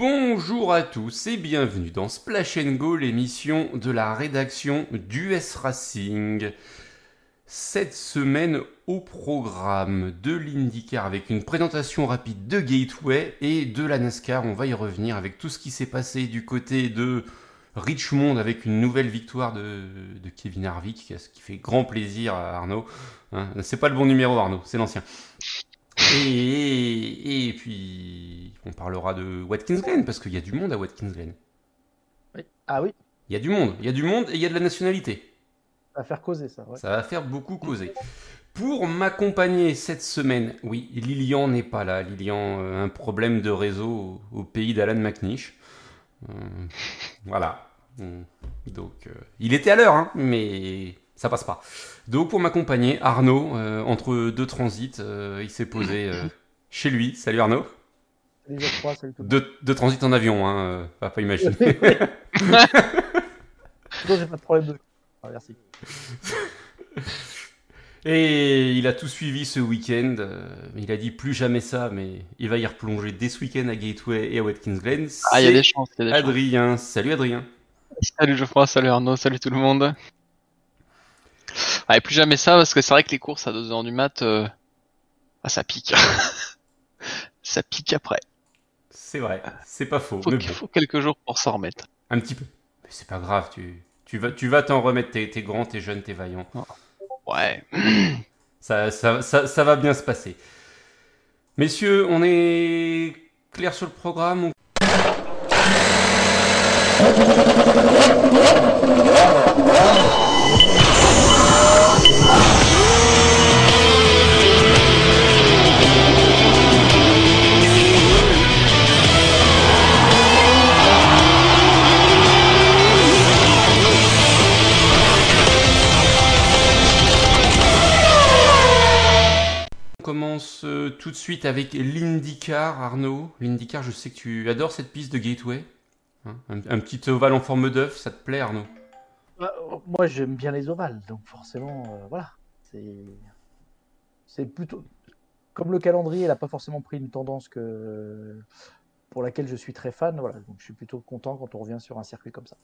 Bonjour à tous et bienvenue dans Splash Go, l'émission de la rédaction d'US Racing. Cette semaine au programme de l'IndyCar avec une présentation rapide de Gateway et de la NASCAR. On va y revenir avec tout ce qui s'est passé du côté de Richmond avec une nouvelle victoire de Kevin Harvick, ce qui fait grand plaisir à Arnaud. Hein, c'est pas le bon numéro Arnaud, c'est l'ancien. Et puis, on parlera de Watkins Glen, parce qu'il y a du monde à Watkins Glen. Oui. Ah oui, Il y a du monde, il y a du monde et il y a de la nationalité. ça va faire causer ça, ouais. Ça va faire beaucoup causer. Pour m'accompagner cette semaine, oui, Lilian n'est pas là. Lilian a un problème de réseau au pays d'Alan McNish. Euh, voilà. Donc, il était à l'heure, hein, mais ça passe pas. Donc, pour m'accompagner, Arnaud, entre deux transits, il s'est posé chez lui. Salut Arnaud. Salut Geoffroy, salut tout le monde. De transit en avion, hein, va pas imaginer. Oui, oui. Sinon, j'ai pas de problème de. Ah, merci. Et il a tout suivi ce week-end. Il a dit plus jamais ça, mais il va y replonger dès ce week-end à Gateway et à Watkins Glen. Ah, il y a des C'est chances, il y a des chances. Adrien. Salut Adrien. Salut Geoffroy, salut Arnaud, salut tout le monde. Ah, et plus jamais ça, parce que c'est vrai que les courses à 2h du mat, ça pique. Ça pique après. C'est vrai, c'est pas faux, Faut, mais bon, faut quelques jours pour s'en remettre. un petit peu. Mais c'est pas grave, tu vas t'en remettre. T'es grand, t'es jeune, t'es vaillant. Oh, ouais. Ça va bien se passer. Messieurs, on est clair sur le programme. On commence tout de suite avec l'IndyCar, Arnaud. L'IndyCar, je sais que tu adores cette piste de Gateway. Hein, un petit ovale en forme d'œuf, ça te plaît, Arnaud? Moi, j'aime bien les ovales, donc forcément, voilà. C'est, c'est plutôt. Comme le calendrier n'a pas forcément pris une tendance pour laquelle je suis très fan, voilà. Donc je suis plutôt content quand on revient sur un circuit comme ça.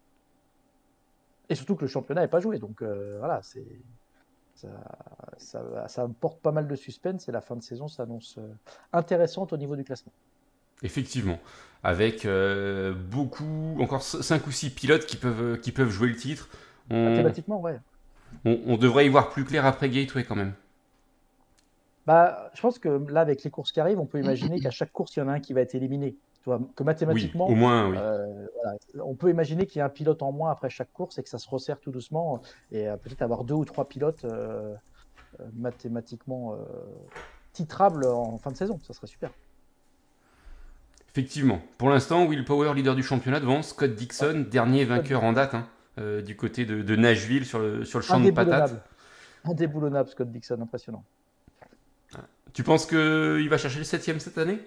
Et surtout que le championnat n'est pas joué, donc voilà, ça, ça me porte pas mal de suspense et la fin de saison s'annonce intéressante au niveau du classement. Effectivement. Avec beaucoup, encore 5 ou 6 pilotes qui peuvent jouer le titre. On, Mathématiquement, ouais. on devrait y voir plus clair après Gateway quand même. Bah, je pense que là, avec les courses qui arrivent, on peut imaginer qu'à chaque course, il y en a un qui va être éliminé. Tu vois, que Oui, au mathématiquement, moins, oui. voilà, on peut imaginer qu'il y a un pilote en moins après chaque course et que ça se resserre tout doucement et peut-être avoir deux ou trois pilotes mathématiquement titrables en fin de saison. Ça serait super. Effectivement. Pour l'instant, Will Power, leader du championnat, devant Scott Ouais. Dixon, dernier Scott vainqueur en Dixon. date, hein, du côté de Nashville sur le champ de patates. Indéboulonnable. Indéboulonnable, Scott Dixon, impressionnant. Tu penses qu'il va chercher le septième cette année?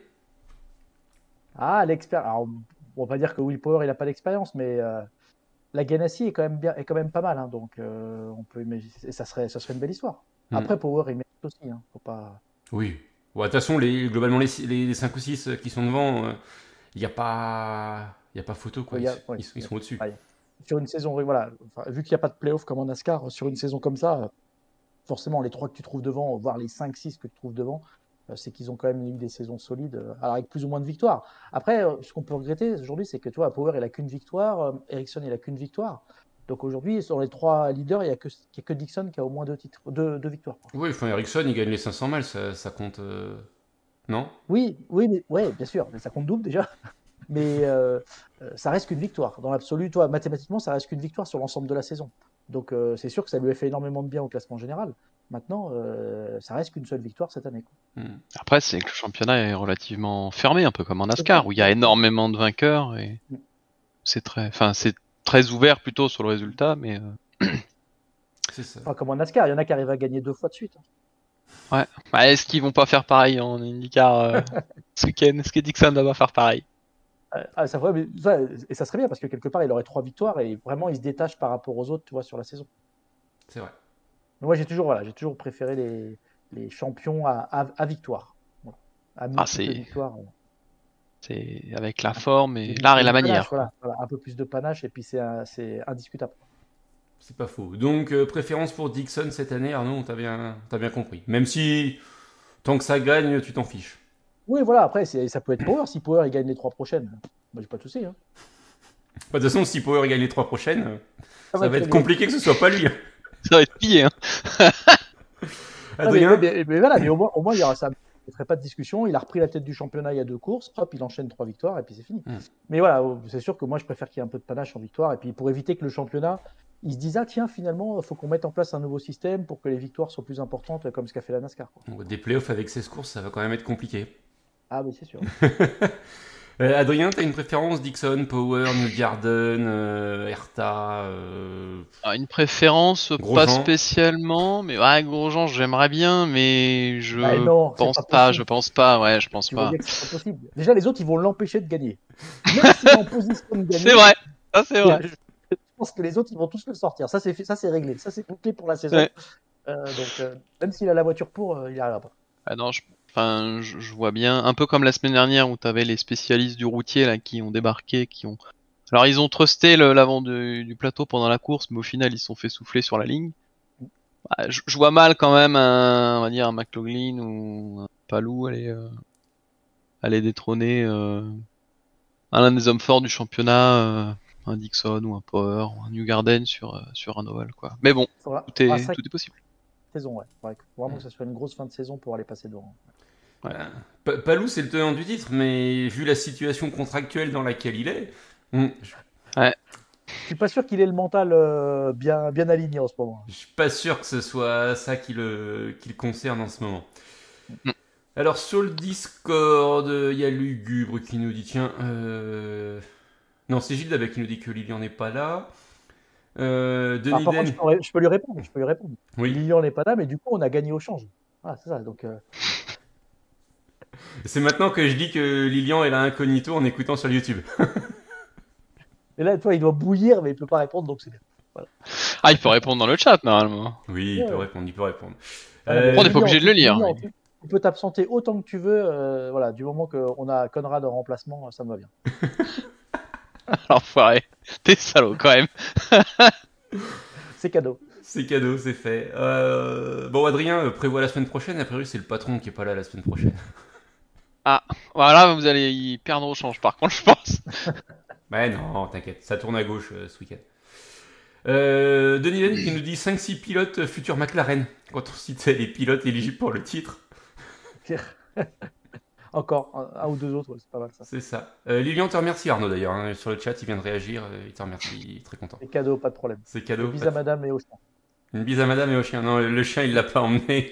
Ah, l'expérience. Alors, on va pas dire que Will Power, il n'a pas d'expérience, mais la Ganassi est quand même bien, est quand même pas mal, hein, donc on peut imaginer, et ça serait une belle histoire. Hmm. Après, Power, il mérite aussi, hein, faut pas. Oui. Bon, de toute façon, globalement, les 5 ou 6 qui sont devant, il n'y a pas. Il a pas photo, quoi. Il Ils, y a, oui, ils sont au-dessus. ouais. Sur une saison, oui, voilà, enfin, vu qu'il n'y a pas de playoff comme en NASCAR, sur une saison comme ça, forcément, les trois que tu trouves devant, voire les 5-6 que tu trouves devant, c'est qu'ils ont quand même eu des saisons solides, alors avec plus ou moins de victoires. Après, ce qu'on peut regretter aujourd'hui, c'est que toi, Power, il a qu'une victoire, Ericsson, il a qu'une victoire. Donc aujourd'hui, sur les trois leaders, il y a que Dixon qui a au moins deux titres, deux victoires. Oui, enfin, Ericsson, il gagne les 500 miles, ça compte. Non? Oui, oui, mais, ouais, bien sûr, mais ça compte double déjà. Mais ça reste qu'une victoire. Dans l'absolu, toi, mathématiquement, ça reste qu'une victoire sur l'ensemble de la saison. Donc c'est sûr que ça lui a fait énormément de bien au classement général. Maintenant, ça reste qu'une seule victoire cette année, quoi. Hmm. Après, c'est que le championnat est relativement fermé, un peu comme en C'est vrai, NASCAR, où il y c'est a vrai. énormément de vainqueurs et Mm. c'est très ouvert plutôt sur le résultat, mais C'est ça. Enfin, comme en NASCAR, il y en a qui arrivent à gagner deux fois de suite, ouais. Ouais, est-ce qu'ils vont pas faire pareil en IndyCar ce week-end? Est-ce que Dixon va pas faire pareil? et ça serait bien parce que quelque part, il aurait trois victoires et vraiment, il se détache par rapport aux autres, tu vois, sur la saison. C'est vrai. Mais moi, j'ai toujours préféré les champions à victoire. Voilà. À Ah, multiples c'est victoires. C'est avec la forme et l'art et du la panache, manière. voilà, un peu plus de panache et puis c'est indiscutable. C'est pas faux. Donc, préférence pour Dixon cette année, Arnaud, t'as bien compris. Même si, tant que ça gagne, tu t'en fiches. Oui, voilà, après, ça peut être Power. Si Power il gagne les 3 prochaines, moi j'ai pas de souci. Hein. De toute façon, si Power gagne les 3 prochaines, Ça va ça être va être réglé. compliqué que ce soit pas lui. Ça va être pillé, hein. Ah, mais, ouais, Adrien, mais voilà, mais au moins il y aura ça. Il ne ferait pas de discussion. Il a repris la tête du championnat il y a 2 courses. Hop, il enchaîne 3 victoires et puis c'est fini. Mais voilà, c'est sûr que moi je préfère qu'il y ait un peu de panache en victoire. Et puis pour éviter que le championnat, il se dise ah tiens finalement il faut qu'on mette en place un nouveau système pour que les victoires soient plus importantes comme ce qu'a fait la NASCAR. Quoi. des playoffs avec 16 courses, ça va quand même être compliqué. Ah oui c'est sûr. Adrien, t'as une préférence Dixon, Power, Newgarden, Herta, Une préférence, pas Grosjean? spécialement, mais ouais, Grosjean, j'aimerais bien, mais Bah non, c'est pas possible. je pense pas, ouais, je pense Tu vois pas. bien que c'est pas possible. Déjà les autres ils vont l'empêcher de gagner. Même s'il est en position de gagner, C'est vrai, ça c'est vrai. je pense que les autres ils vont tous le sortir. Ça c'est réglé. Ça c'est bouclé pour la saison. Ouais. Même s'il a la voiture pour, il n'y arrivera pas. Ah non, je vois bien, un peu comme la semaine dernière où t'avais les spécialistes du routier là qui ont débarqué, alors ils ont trusté l'avant du plateau pendant la course, mais au final ils se sont fait souffler sur la ligne. Bah, je vois mal quand même on va dire un McLaughlin ou un Palou aller détrôner l'un des hommes forts du championnat, un Dixon ou un Power ou un Newgarden sur un oval quoi. Mais bon, Faudra, tout faudra est cinq tout est possible. saisons, ouais. Faudrait vraiment que ça soit une grosse fin de saison pour aller passer devant. Ouais. Palou, c'est le tenant du titre, mais vu la situation contractuelle dans laquelle il est, Je suis pas sûr qu'il ait le mental bien aligné en ce moment. je suis pas sûr que ce soit ça qui le concerne en ce moment. Mm. Alors sur le Discord, il y a Lugubre qui nous dit tiens, non c'est Gilles Dabet qui nous dit que Lilian n'est pas là. Alors, Denis par contre, Den, je peux lui répondre. Je peux lui répondre. oui. Lilian n'est pas là, mais du coup, on a gagné au change. Voilà, c'est ça. Donc, C'est maintenant que je dis que Lilian est là incognito en écoutant sur YouTube. et là, toi, il doit bouillir, mais il peut pas répondre, donc c'est bien. Voilà. Ah, il peut répondre dans le chat normalement. Oui, il Ouais, peut ouais. répondre, il peut répondre. Voilà, mais Après, on n'est pas Lilian, obligé de le lire. Lilian, tu peux t'absenter autant que tu veux. Voilà, du moment qu'on a Conrad en remplacement, ça me va bien. L'enfoiré. T'es salaud quand même. C'est cadeau. C'est cadeau, c'est fait. Bon, Adrien prévoit la semaine prochaine. A priori, c'est le patron qui est pas là la semaine prochaine. Ah, voilà, vous allez y perdre au change par contre, je pense. Mais non, t'inquiète, ça tourne à gauche ce week-end. Denis Den qui nous dit 5-6 pilotes futurs McLaren. Quand on citait les pilotes éligibles pour le titre, Encore un ou deux autres, ouais, c'est pas mal ça. c'est ça. Lilian te remercie, Arnaud d'ailleurs. Hein, sur le chat, il vient de réagir. Il te remercie, il est très content. C'est cadeau, pas de problème. C'est cadeau. Bis à madame et au chien. Une bise à madame et au chien. Non, le chien, il l'a pas emmené.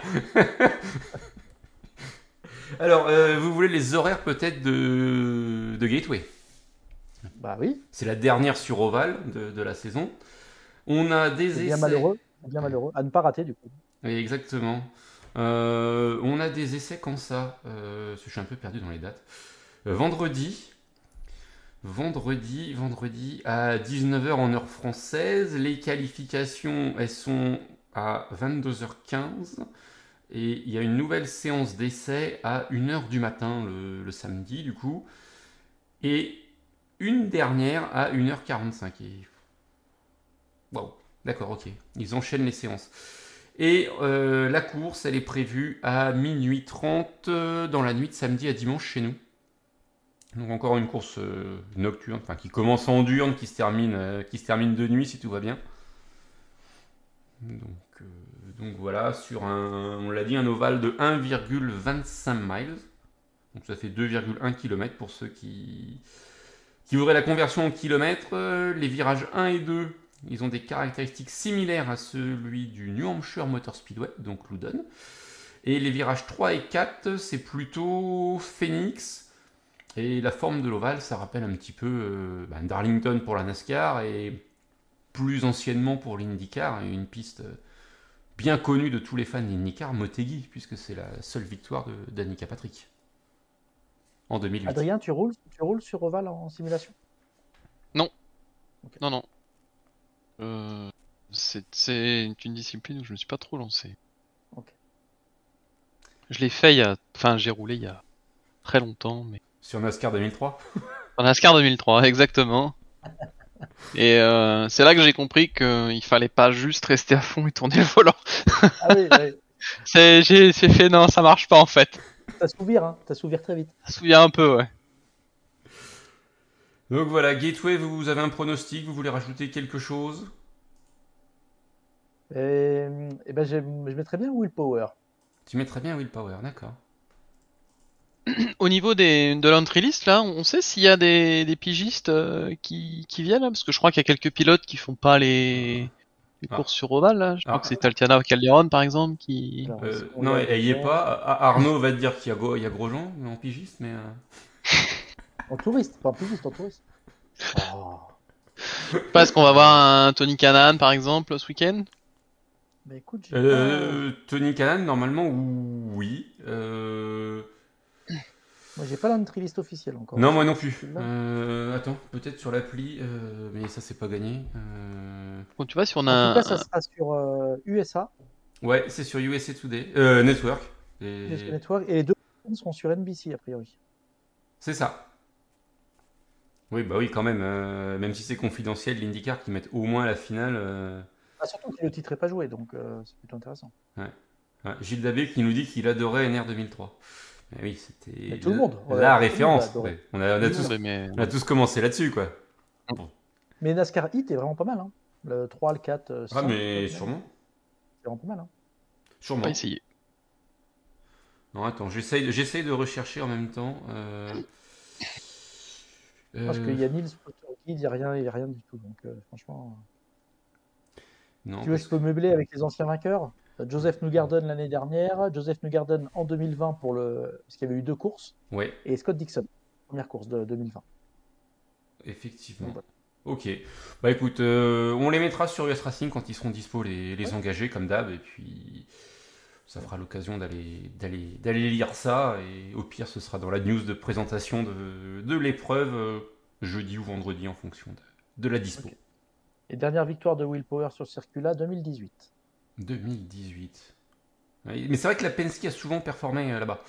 Alors, vous voulez les horaires peut-être de Gateway? Bah oui, C'est la dernière sur Oval de la saison. On a des c'est essais. bien malheureux. C'est bien malheureux. À ne pas rater, du coup. Oui, exactement. On a des essais quand ça Je suis un peu perdu dans les dates. Vendredi à 19h en heure française. Les qualifications, elles sont à 22h15. Et il y a une nouvelle séance d'essai à 1h du matin le samedi, du coup. Et une dernière à 1h45. Et... Waouh, d'accord, ok. Ils enchaînent les séances. Et la course, elle est prévue à minuit 30 dans la nuit de samedi à dimanche chez nous. Donc encore une course nocturne, enfin qui commence en diurne, qui se termine de nuit si tout va bien. Donc voilà, sur on l'a dit, un ovale de 1,25 miles. Donc ça fait 2,1 km pour ceux qui voudraient la conversion en kilomètres. Les virages 1 et 2, ils ont des caractéristiques similaires à celui du New Hampshire Motor Speedway, donc Loudon. Et les virages 3 et 4, c'est plutôt Phoenix. Et la forme de l'ovale, ça rappelle un petit peu Darlington pour la NASCAR et plus anciennement pour l'IndyCar, une piste bien connue de tous les fans d'IndyCar, Motegi, puisque c'est la seule victoire d'Annika Patrick en 2008. Adrien, tu roules sur Oval en simulation? Non. Ok. Non. C'est une discipline où je me suis pas trop lancé. Ok. Je l'ai fait j'ai roulé il y a très longtemps, mais Sur NASCAR 2003. En NASCAR 2003, exactement. Et c'est là que j'ai compris qu'il fallait pas juste rester à fond et tourner le volant. Ah oui, oui. J'ai fait non, ça marche pas en fait. T'as s'ouvert très vite. Ça se souvient un peu, ouais. Donc voilà, Gateway, vous avez un pronostic, vous voulez rajouter quelque chose? Et ben, je mettrais bien Willpower. Tu mettrais bien Willpower, d'accord. Au niveau de l'entry list, là, on sait s'il y a des pigistes qui viennent, là, parce que je crois qu'il y a quelques pilotes qui font pas les Ah. courses sur Oval, là. Je crois Ah. que c'est Tatiana Calderon, par exemple, qui... Alors, sinon, Non, il y a elle y est Grosjean. pas. Arnaud va te dire qu'il y a Grosjean en pigiste, mais. En touriste, pas en pigiste, en touriste. Oh. Je sais pas, est-ce qu'on va voir un Tony Kanaan, par exemple, ce week-end? Mais écoute, j'ai pas... Tony Kanaan, normalement, oui. Moi, j'ai pas l'entry list officielle encore. Non, moi non plus. Celui-là. Attends, peut-être sur l'appli, mais ça, c'est pas gagné. Bon, tu vois, si on En tout a cas, ça sera sur USA, Ouais, c'est sur USA Today. Network. USA Et... Network, et les deux seront sur NBC, a priori. C'est ça. Oui, bah oui, quand même. Même si c'est confidentiel, l'IndyCar qui mettent au moins la finale. Ah, surtout que le titre n'est pas joué, donc c'est plutôt intéressant. Ouais, Gilles Dabé qui nous dit qu'il adorait NR 2003. Mais oui, c'était Mais tout le monde, la tout le monde l'a référence. adoré. Ouais. On a tous commencé là-dessus, quoi. Mais NASCAR Heat est vraiment pas mal. Hein. Le 3, le 4, 5. Ah, mais même. sûrement. C'est vraiment pas mal. Hein. Sûrement. pas essayé. Non, attends, j'essaye de rechercher en même temps. Parce qu'il y a Nils Potter Guide, il n'y a rien du tout. Donc franchement, Non, tu veux, je peux meubler avec les anciens vainqueurs. Joseph Newgarden l'année dernière, Joseph Newgarden en 2020 parce qu'il y avait eu 2 courses, Ouais, et Scott Dixon, première course de 2020. effectivement. Donc, voilà. Ok. Bah écoute, on les mettra sur US Racing quand ils seront dispo, les engagés, comme d'hab, et puis ça fera l'occasion d'aller lire ça, et au pire, ce sera dans la news de présentation de l'épreuve, jeudi ou vendredi, en fonction de la dispo. Ok. Et dernière victoire de Will Power sur circuit là, 2018. 2018. Ouais, mais c'est vrai que la Penske a souvent performé là-bas.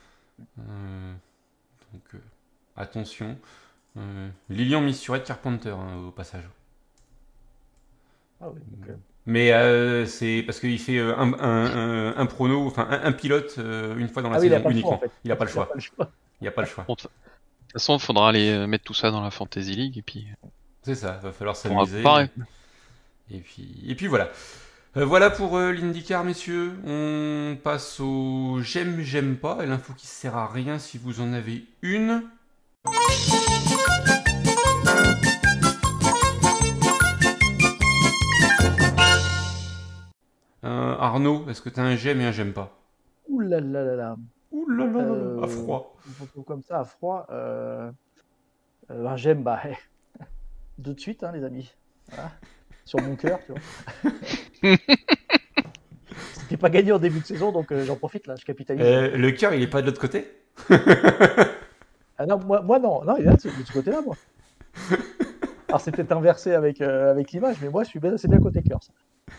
Donc attention. Lilian mise sur Ed Carpenter au passage. Ah oui, donc, Mais c'est parce qu'il fait un prono, enfin un pilote une fois dans la Ah oui, il saison a pas le choix, uniquement. en fait. Il n'a pas le Il a choix. pas le choix. Il n'y a pas le choix. Bon, de toute façon, il faudra aller mettre tout ça dans la Fantasy League, et puis... C'est ça, va falloir on pourra s'amuser. comparer. Et puis voilà. Voilà pour l'IndyCar, messieurs. On passe au j'aime pas, et l'info qui sert à rien si vous en avez une. Arnaud, est-ce que tu as un j'aime et un j'aime pas? Ouh là là là là. Ouh là là là là, à froid. Comme ça, à froid. J'aime, de suite, hein, les amis. Voilà. Sur mon cœur, tu vois. C'était pas gagné en début de saison, donc j'en profite là, je capitalise. Le cœur, il est pas de l'autre côté? Ah non, moi non, non, il est là, de ce côté-là, moi. Alors c'est peut-être inversé avec l'image, mais moi c'est bien côté cœur, ça.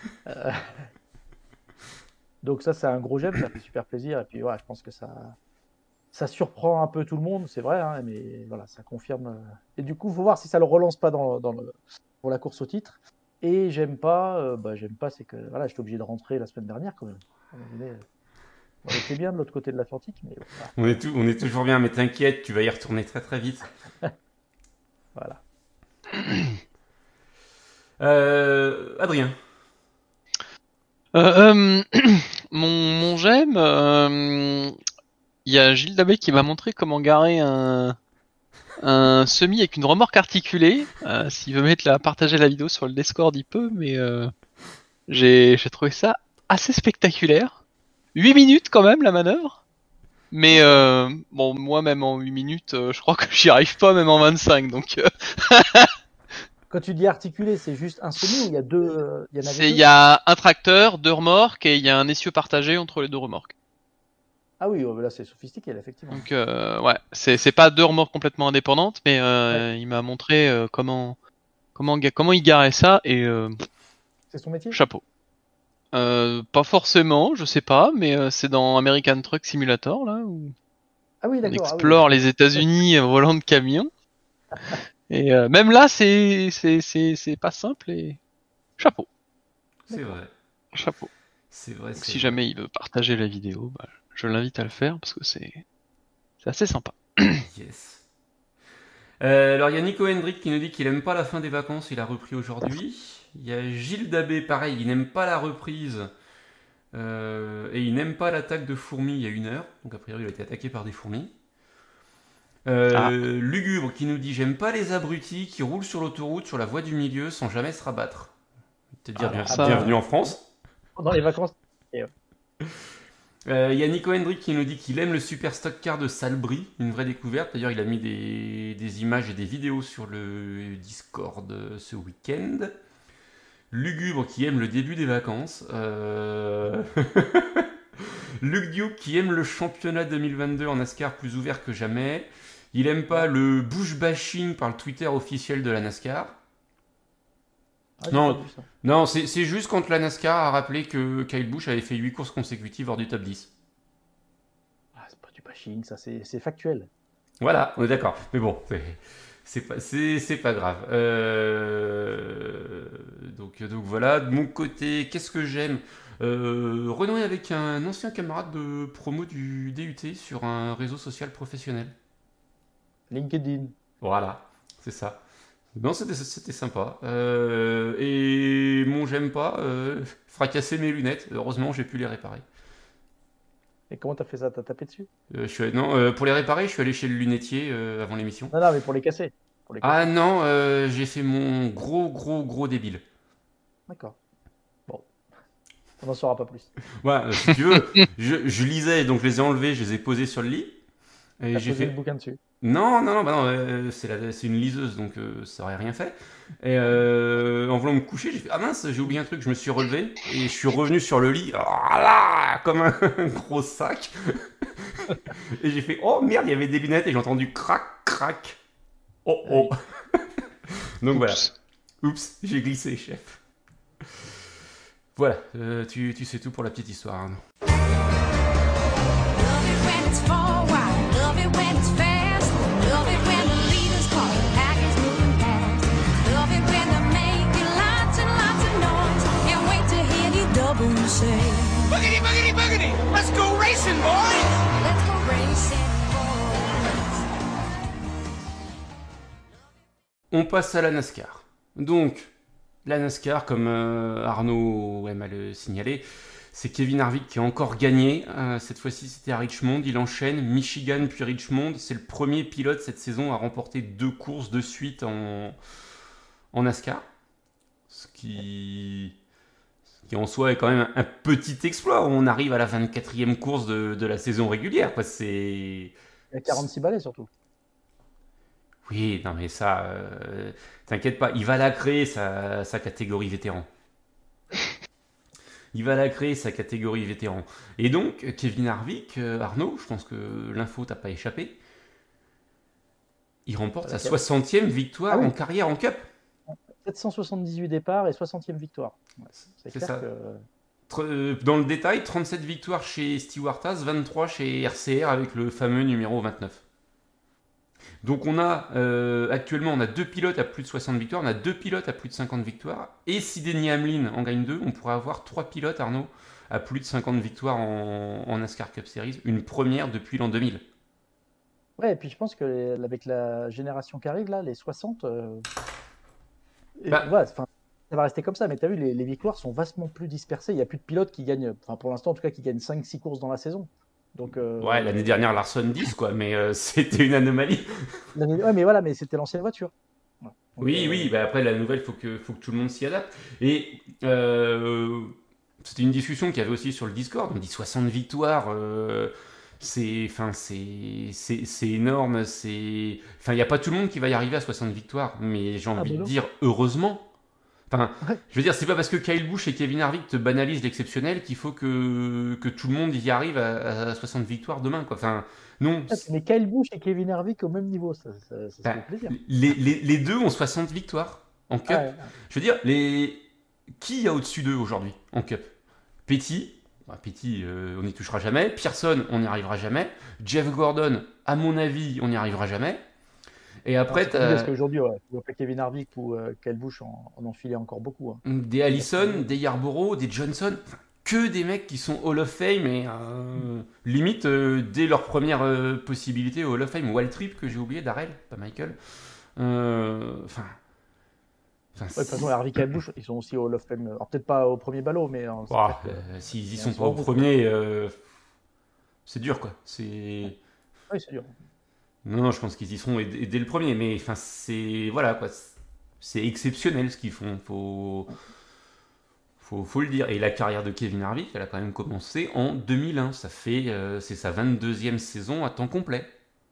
Donc ça, c'est un gros j'aime, ça fait super plaisir. Et puis voilà, je pense que ça surprend un peu tout le monde, c'est vrai, hein, mais voilà, ça confirme. Et du coup, il faut voir si ça le relance pas pour la course au titre. Et j'aime pas, c'est que voilà, j'étais obligé de rentrer la semaine dernière quand même. On était bien de l'autre côté de l'Atlantique, mais voilà. On est toujours bien, mais t'inquiète, tu vas y retourner très très vite. Voilà. Adrien. Mon j'aime, il y a Gilles Dabé qui m'a montré comment garer un semi avec une remorque articulée. S'il veut partager la vidéo sur le Discord, il peut, mais j'ai trouvé ça assez spectaculaire. 8 minutes quand même la manœuvre. Mais bon, moi même en 8 minutes, je crois que j'y arrive pas même en 25, donc... Quand tu dis articulé, c'est juste un semi ou il y a deux, il y en avait deux? Il y a un tracteur, 2 remorques, et il y a un essieu partagé entre les 2 remorques. Ah oui, là c'est sophistiqué, là, effectivement. Donc ouais, c'est pas 2 remorques complètement indépendantes, mais Ouais. il m'a montré comment il garait ça, et C'est son métier? chapeau. Pas forcément, je sais pas, mais c'est dans American Truck Simulator là. Ah oui, On d'accord. explore les États-Unis en volant de camion. Et même là, c'est pas simple et chapeau, C'est vrai. chapeau. C'est vrai, Donc c'est si vrai. jamais il veut partager la vidéo, bah, je l'invite à le faire parce que c'est assez sympa. Yes. Alors il y a Nico Hendrick qui nous dit qu'il aime pas la fin des vacances, il a repris aujourd'hui. Il y a Gilles Dabé, pareil, il n'aime pas la reprise. Et il n'aime pas l'attaque de fourmis il y a 1 heure. Donc a priori il a été attaqué par des fourmis. Ah, Lugubre qui nous dit j'aime pas les abrutis qui roulent sur l'autoroute sur la voie du milieu sans jamais se rabattre. Te dire alors bienvenue ça, en France. Pendant les vacances. Et, Il y a Nico Hendrick qui nous dit qu'il aime le super stock car de Salbris, une vraie découverte. D'ailleurs, il a mis des images et des vidéos sur le Discord ce week-end. Lugubre qui aime le début des vacances. Luc Duke qui aime le championnat 2022 en NASCAR plus ouvert que jamais. Il aime pas le bush bashing par le Twitter officiel de la NASCAR. Ah, j'ai pas Non, vu ça. non, c'est juste quand la NASCAR a rappelé que Kyle Busch avait fait 8 courses consécutives hors du top 10. Ah, c'est pas du bashing, ça, c'est factuel. Voilà, on est d'accord. Mais bon, c'est pas grave. Donc voilà, de mon côté, qu'est-ce que j'aime renouer avec un ancien camarade de promo du DUT sur un réseau social professionnel. LinkedIn. Voilà, c'est ça. Non, c'était sympa. Et mon j'aime pas, fracasser mes lunettes. Heureusement, j'ai pu les réparer. Et comment t'as fait ça? T'as tapé dessus? Non, pour les réparer, je suis allé chez le lunetier avant l'émission. Non, non, mais pour les casser. Pour les Ah casser. non, j'ai fait mon gros débile. D'accord. Bon, on n'en saura pas plus. Ouais, si tu veux, je lisais, donc je les ai enlevés, je les ai posés sur le lit. Et T'as j'ai posé le fait. bouquin dessus. Non, bah non, c'est une liseuse, donc ça aurait rien fait. Et en voulant me coucher, j'ai fait ah mince, j'ai oublié un truc, je me suis relevé et je suis revenu sur le lit, oh là, comme un gros sac. Et j'ai fait oh merde, il y avait des lunettes et j'ai entendu crac, crac. Oh. Donc voilà. oups. Oups, j'ai glissé, chef. Voilà, tu sais tout pour la petite histoire, Arnaud. Love it when it's forward, love it when it's fast, love it when the leader's call, the pack is moving fast, love it when they make it lots and lots of noise, can't wait to hear the double say. Boogity, boogity, boogity! Let's go racing, boys! Let's go racing, boys. On passe à la NASCAR. Donc, la NASCAR, comme Arnaud aime à le signaler, c'est Kevin Harvick qui a encore gagné. Cette fois-ci, c'était à Richmond. Il enchaîne Michigan puis Richmond. C'est le premier pilote cette saison à remporter 2 courses de suite en NASCAR. Ce qui en soi est quand même un petit exploit. On arrive à la 24e course de la saison régulière. Quoi. C'est... Il y a 46 balais surtout. Oui, non mais ça, t'inquiète pas, il va la créer sa catégorie vétéran. Il va la créer sa catégorie vétéran. Et donc, Kevin Harvick, Arnaud, je pense que l'info t'a pas échappé, il remporte sa Laquelle 60e victoire Ah oui. en carrière en Cup. 778 départs et 60e victoire. Ouais, c'est C'est clair ça. que. Dans le détail, 37 victoires chez Stewart Haas, 23 chez RCR avec le fameux numéro 29. Donc actuellement on a 2 pilotes à plus de 60 victoires, on a 2 pilotes à plus de 50 victoires, et si Denny Hamlin en gagne 2, on pourrait avoir 3 pilotes, Arnaud, à plus de 50 victoires en NASCAR Cup Series, une première depuis l'an 2000. Ouais, et puis je pense que avec la génération qui arrive, là, les 60, Bah- ouais, enfin, ça va rester comme ça, mais tu as vu, les victoires sont vastement plus dispersées. Il n'y a plus de pilotes qui gagnent, enfin pour l'instant en tout cas, qui gagnent 5-6 courses dans la saison. Donc, Ouais, l'année dernière Larson 10, quoi, mais c'était une anomalie. ouais, mais voilà, mais c'était l'ancienne voiture. Ouais. Donc, Oui, bah après la nouvelle, faut que tout le monde s'y adapte. Et c'était une discussion qu'il y avait aussi sur le Discord, on dit 60 victoires, c'est énorme, il n'y a pas tout le monde qui va y arriver à 60 victoires, mais j'ai envie bah de non. dire heureusement. Enfin, Ouais. je veux dire, c'est pas parce que Kyle Busch et Kevin Harvick te banalisent l'exceptionnel qu'il faut que tout le monde y arrive à 60 victoires demain, quoi. Enfin, non. Mais Kyle Busch et Kevin Harvick au même niveau, ça se Enfin, fait plaisir. les deux ont 60 victoires en Cup. Ouais, Je veux dire, qui y a au-dessus d'eux aujourd'hui en Cup? Petty, Petty, on n'y touchera jamais. Pearson, on n'y arrivera jamais. Jeff Gordon, à mon avis, on n'y arrivera jamais. Et après, C'est compliqué parce qu'aujourd'hui, ouais, tu vois pas Kevin Harvick ou Kyle Busch en enfiler encore beaucoup. Hein. des Allison, des Yarborough, des Johnson, que des mecs qui sont Hall of Fame et limite dès leur première possibilité au Hall of Fame. Waltrip que j'ai oublié, Darrell, pas Michael. Enfin, Ouais, de toute façon, Harvick et Busch, ils sont aussi au Hall of Fame. Alors peut-être pas au premier ballot, mais c'est ouah, clair que- s'ils y il y a sont un pas au second premier, c'est dur quoi. C'est Oui, c'est dur. non, je pense qu'ils y seront dès le premier, mais enfin c'est voilà quoi. C'est exceptionnel ce qu'ils font. Faut le dire. Et la carrière de Kevin Harvick, elle a quand même commencé en 2001. Ça fait, c'est sa 22e saison à temps complet.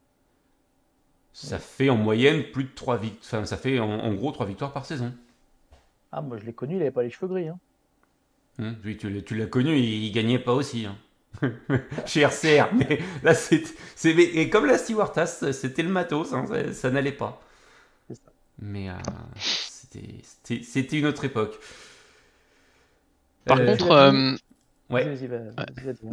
Ça fait en moyenne plus de 3 victoires. Enfin, ça fait en gros 3 victoires par saison. Ah, moi je l'ai connu, il avait pas les cheveux gris. Hein. Oui, tu l'as connu, il gagnait pas aussi. Hein. Chez RCR. Mais là, et comme la Stewart-Haas, c'était le matos. Hein, ça n'allait pas. C'est ça. Mais c'était une autre époque. Par Euh, contre, Ouais. Vas-y, vas-y, hein.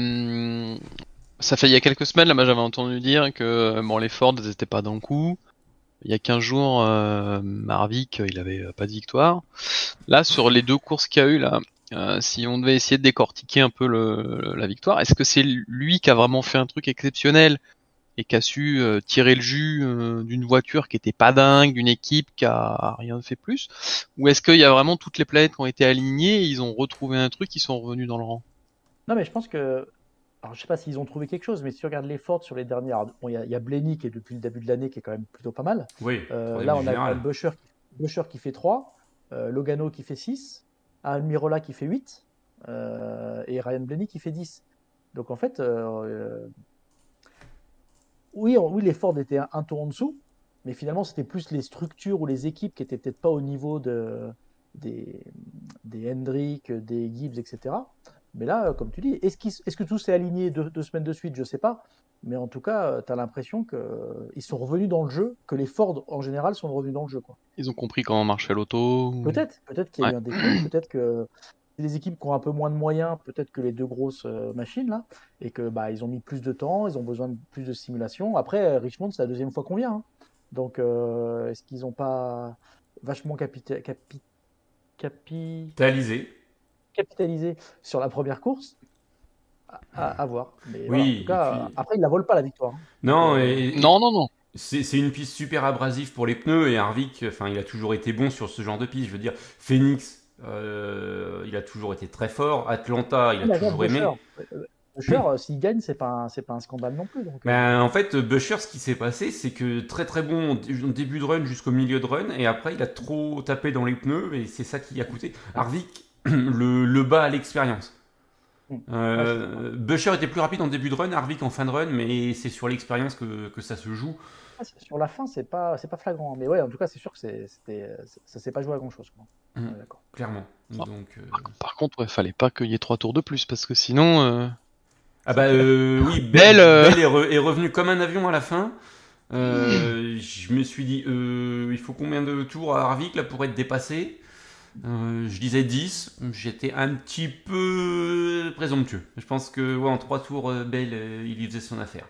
ça fait il y a quelques semaines, là, moi j'avais entendu dire que bon, les Ford, ils étaient pas dans le coup. Il y a 15 jours, Harvick, il avait pas de victoire. Là, sur les 2 courses qu'il y a eu, là, si on devait essayer de décortiquer un peu la victoire, est-ce que c'est lui qui a vraiment fait un truc exceptionnel et qui a su tirer le jus d'une voiture qui était pas dingue, d'une équipe qui a rien fait plus, ou est-ce qu'il y a vraiment toutes les planètes qui ont été alignées et ils ont retrouvé un truc, ils sont revenus dans le rang? Non, mais je pense que. Alors, je sais pas s'ils ont trouvé quelque chose, mais si tu regardes les Ford sur les dernières. Bon, il y a Blaney qui est depuis le début de l'année qui est quand même plutôt pas mal. Oui, troisième Là, du on a quand général. même Buescher qui fait 3, Logano qui fait 6, Almirola qui fait 8, et Ryan Blaney qui fait 10. Donc en fait, oui, les Ford étaient un tour en dessous, mais finalement, c'était plus les structures ou les équipes qui étaient peut-être pas au niveau des, des Hendrick, des Gibbs, etc. Mais là, comme tu dis, est-ce que tout s'est aligné 2 semaines de suite? Je sais pas. Mais en tout cas, tu as l'impression qu'ils sont revenus dans le jeu, que les Ford en général sont revenus dans le jeu. Quoi. Ils ont compris comment marchait l'auto. Peut-être qu'il y a Ouais. eu un déclic, peut-être que c'est des équipes qui ont un peu moins de moyens, peut-être que les 2 grosses machines là, et que bah ils ont mis plus de temps, ils ont besoin de plus de simulation. Après, Richmond, c'est la deuxième fois qu'on vient, hein. Donc est-ce qu'ils n'ont pas vachement Talisé. capitalisé sur la première course? À voir. Mais voilà, en Oui, tout et cas, puis. après, ils la volent pas la victoire. Hein. Non, Donc, Non. c'est une piste super abrasive pour les pneus et Harvick, enfin, il a toujours été bon sur ce genre de piste. Je veux dire, Phoenix, il a toujours été très fort. Atlanta, il a mais regarde toujours aimé. Buescher, s'il gagne, c'est pas un scandale non plus. Donc, Ben, en fait, Buescher, ce qui s'est passé, c'est que très très bon au début de run jusqu'au milieu de run, et après il a trop tapé dans les pneus, et c'est ça qui a coûté. Harvick le bat à l'expérience. Buescher était plus rapide en début de run, Harvick en fin de run, mais c'est sur l'expérience que ça se joue. sur la fin, c'est pas flagrant. Mais ouais, en tout cas, c'est sûr que ça s'est pas joué à grand chose. Mm. Ouais, d'accord. Clairement. Ah. Donc, Par contre, ouais, fallait pas qu'il y ait 3 tours de plus parce que sinon. ah bah oui, Bell, Bell est revenu comme un avion à la fin. Je me suis dit, il faut combien de tours à Harvick là pour être dépassé? Je disais 10, j'étais un petit peu présomptueux. Je pense que ouais, en 3 tours, Bell, il y faisait son affaire.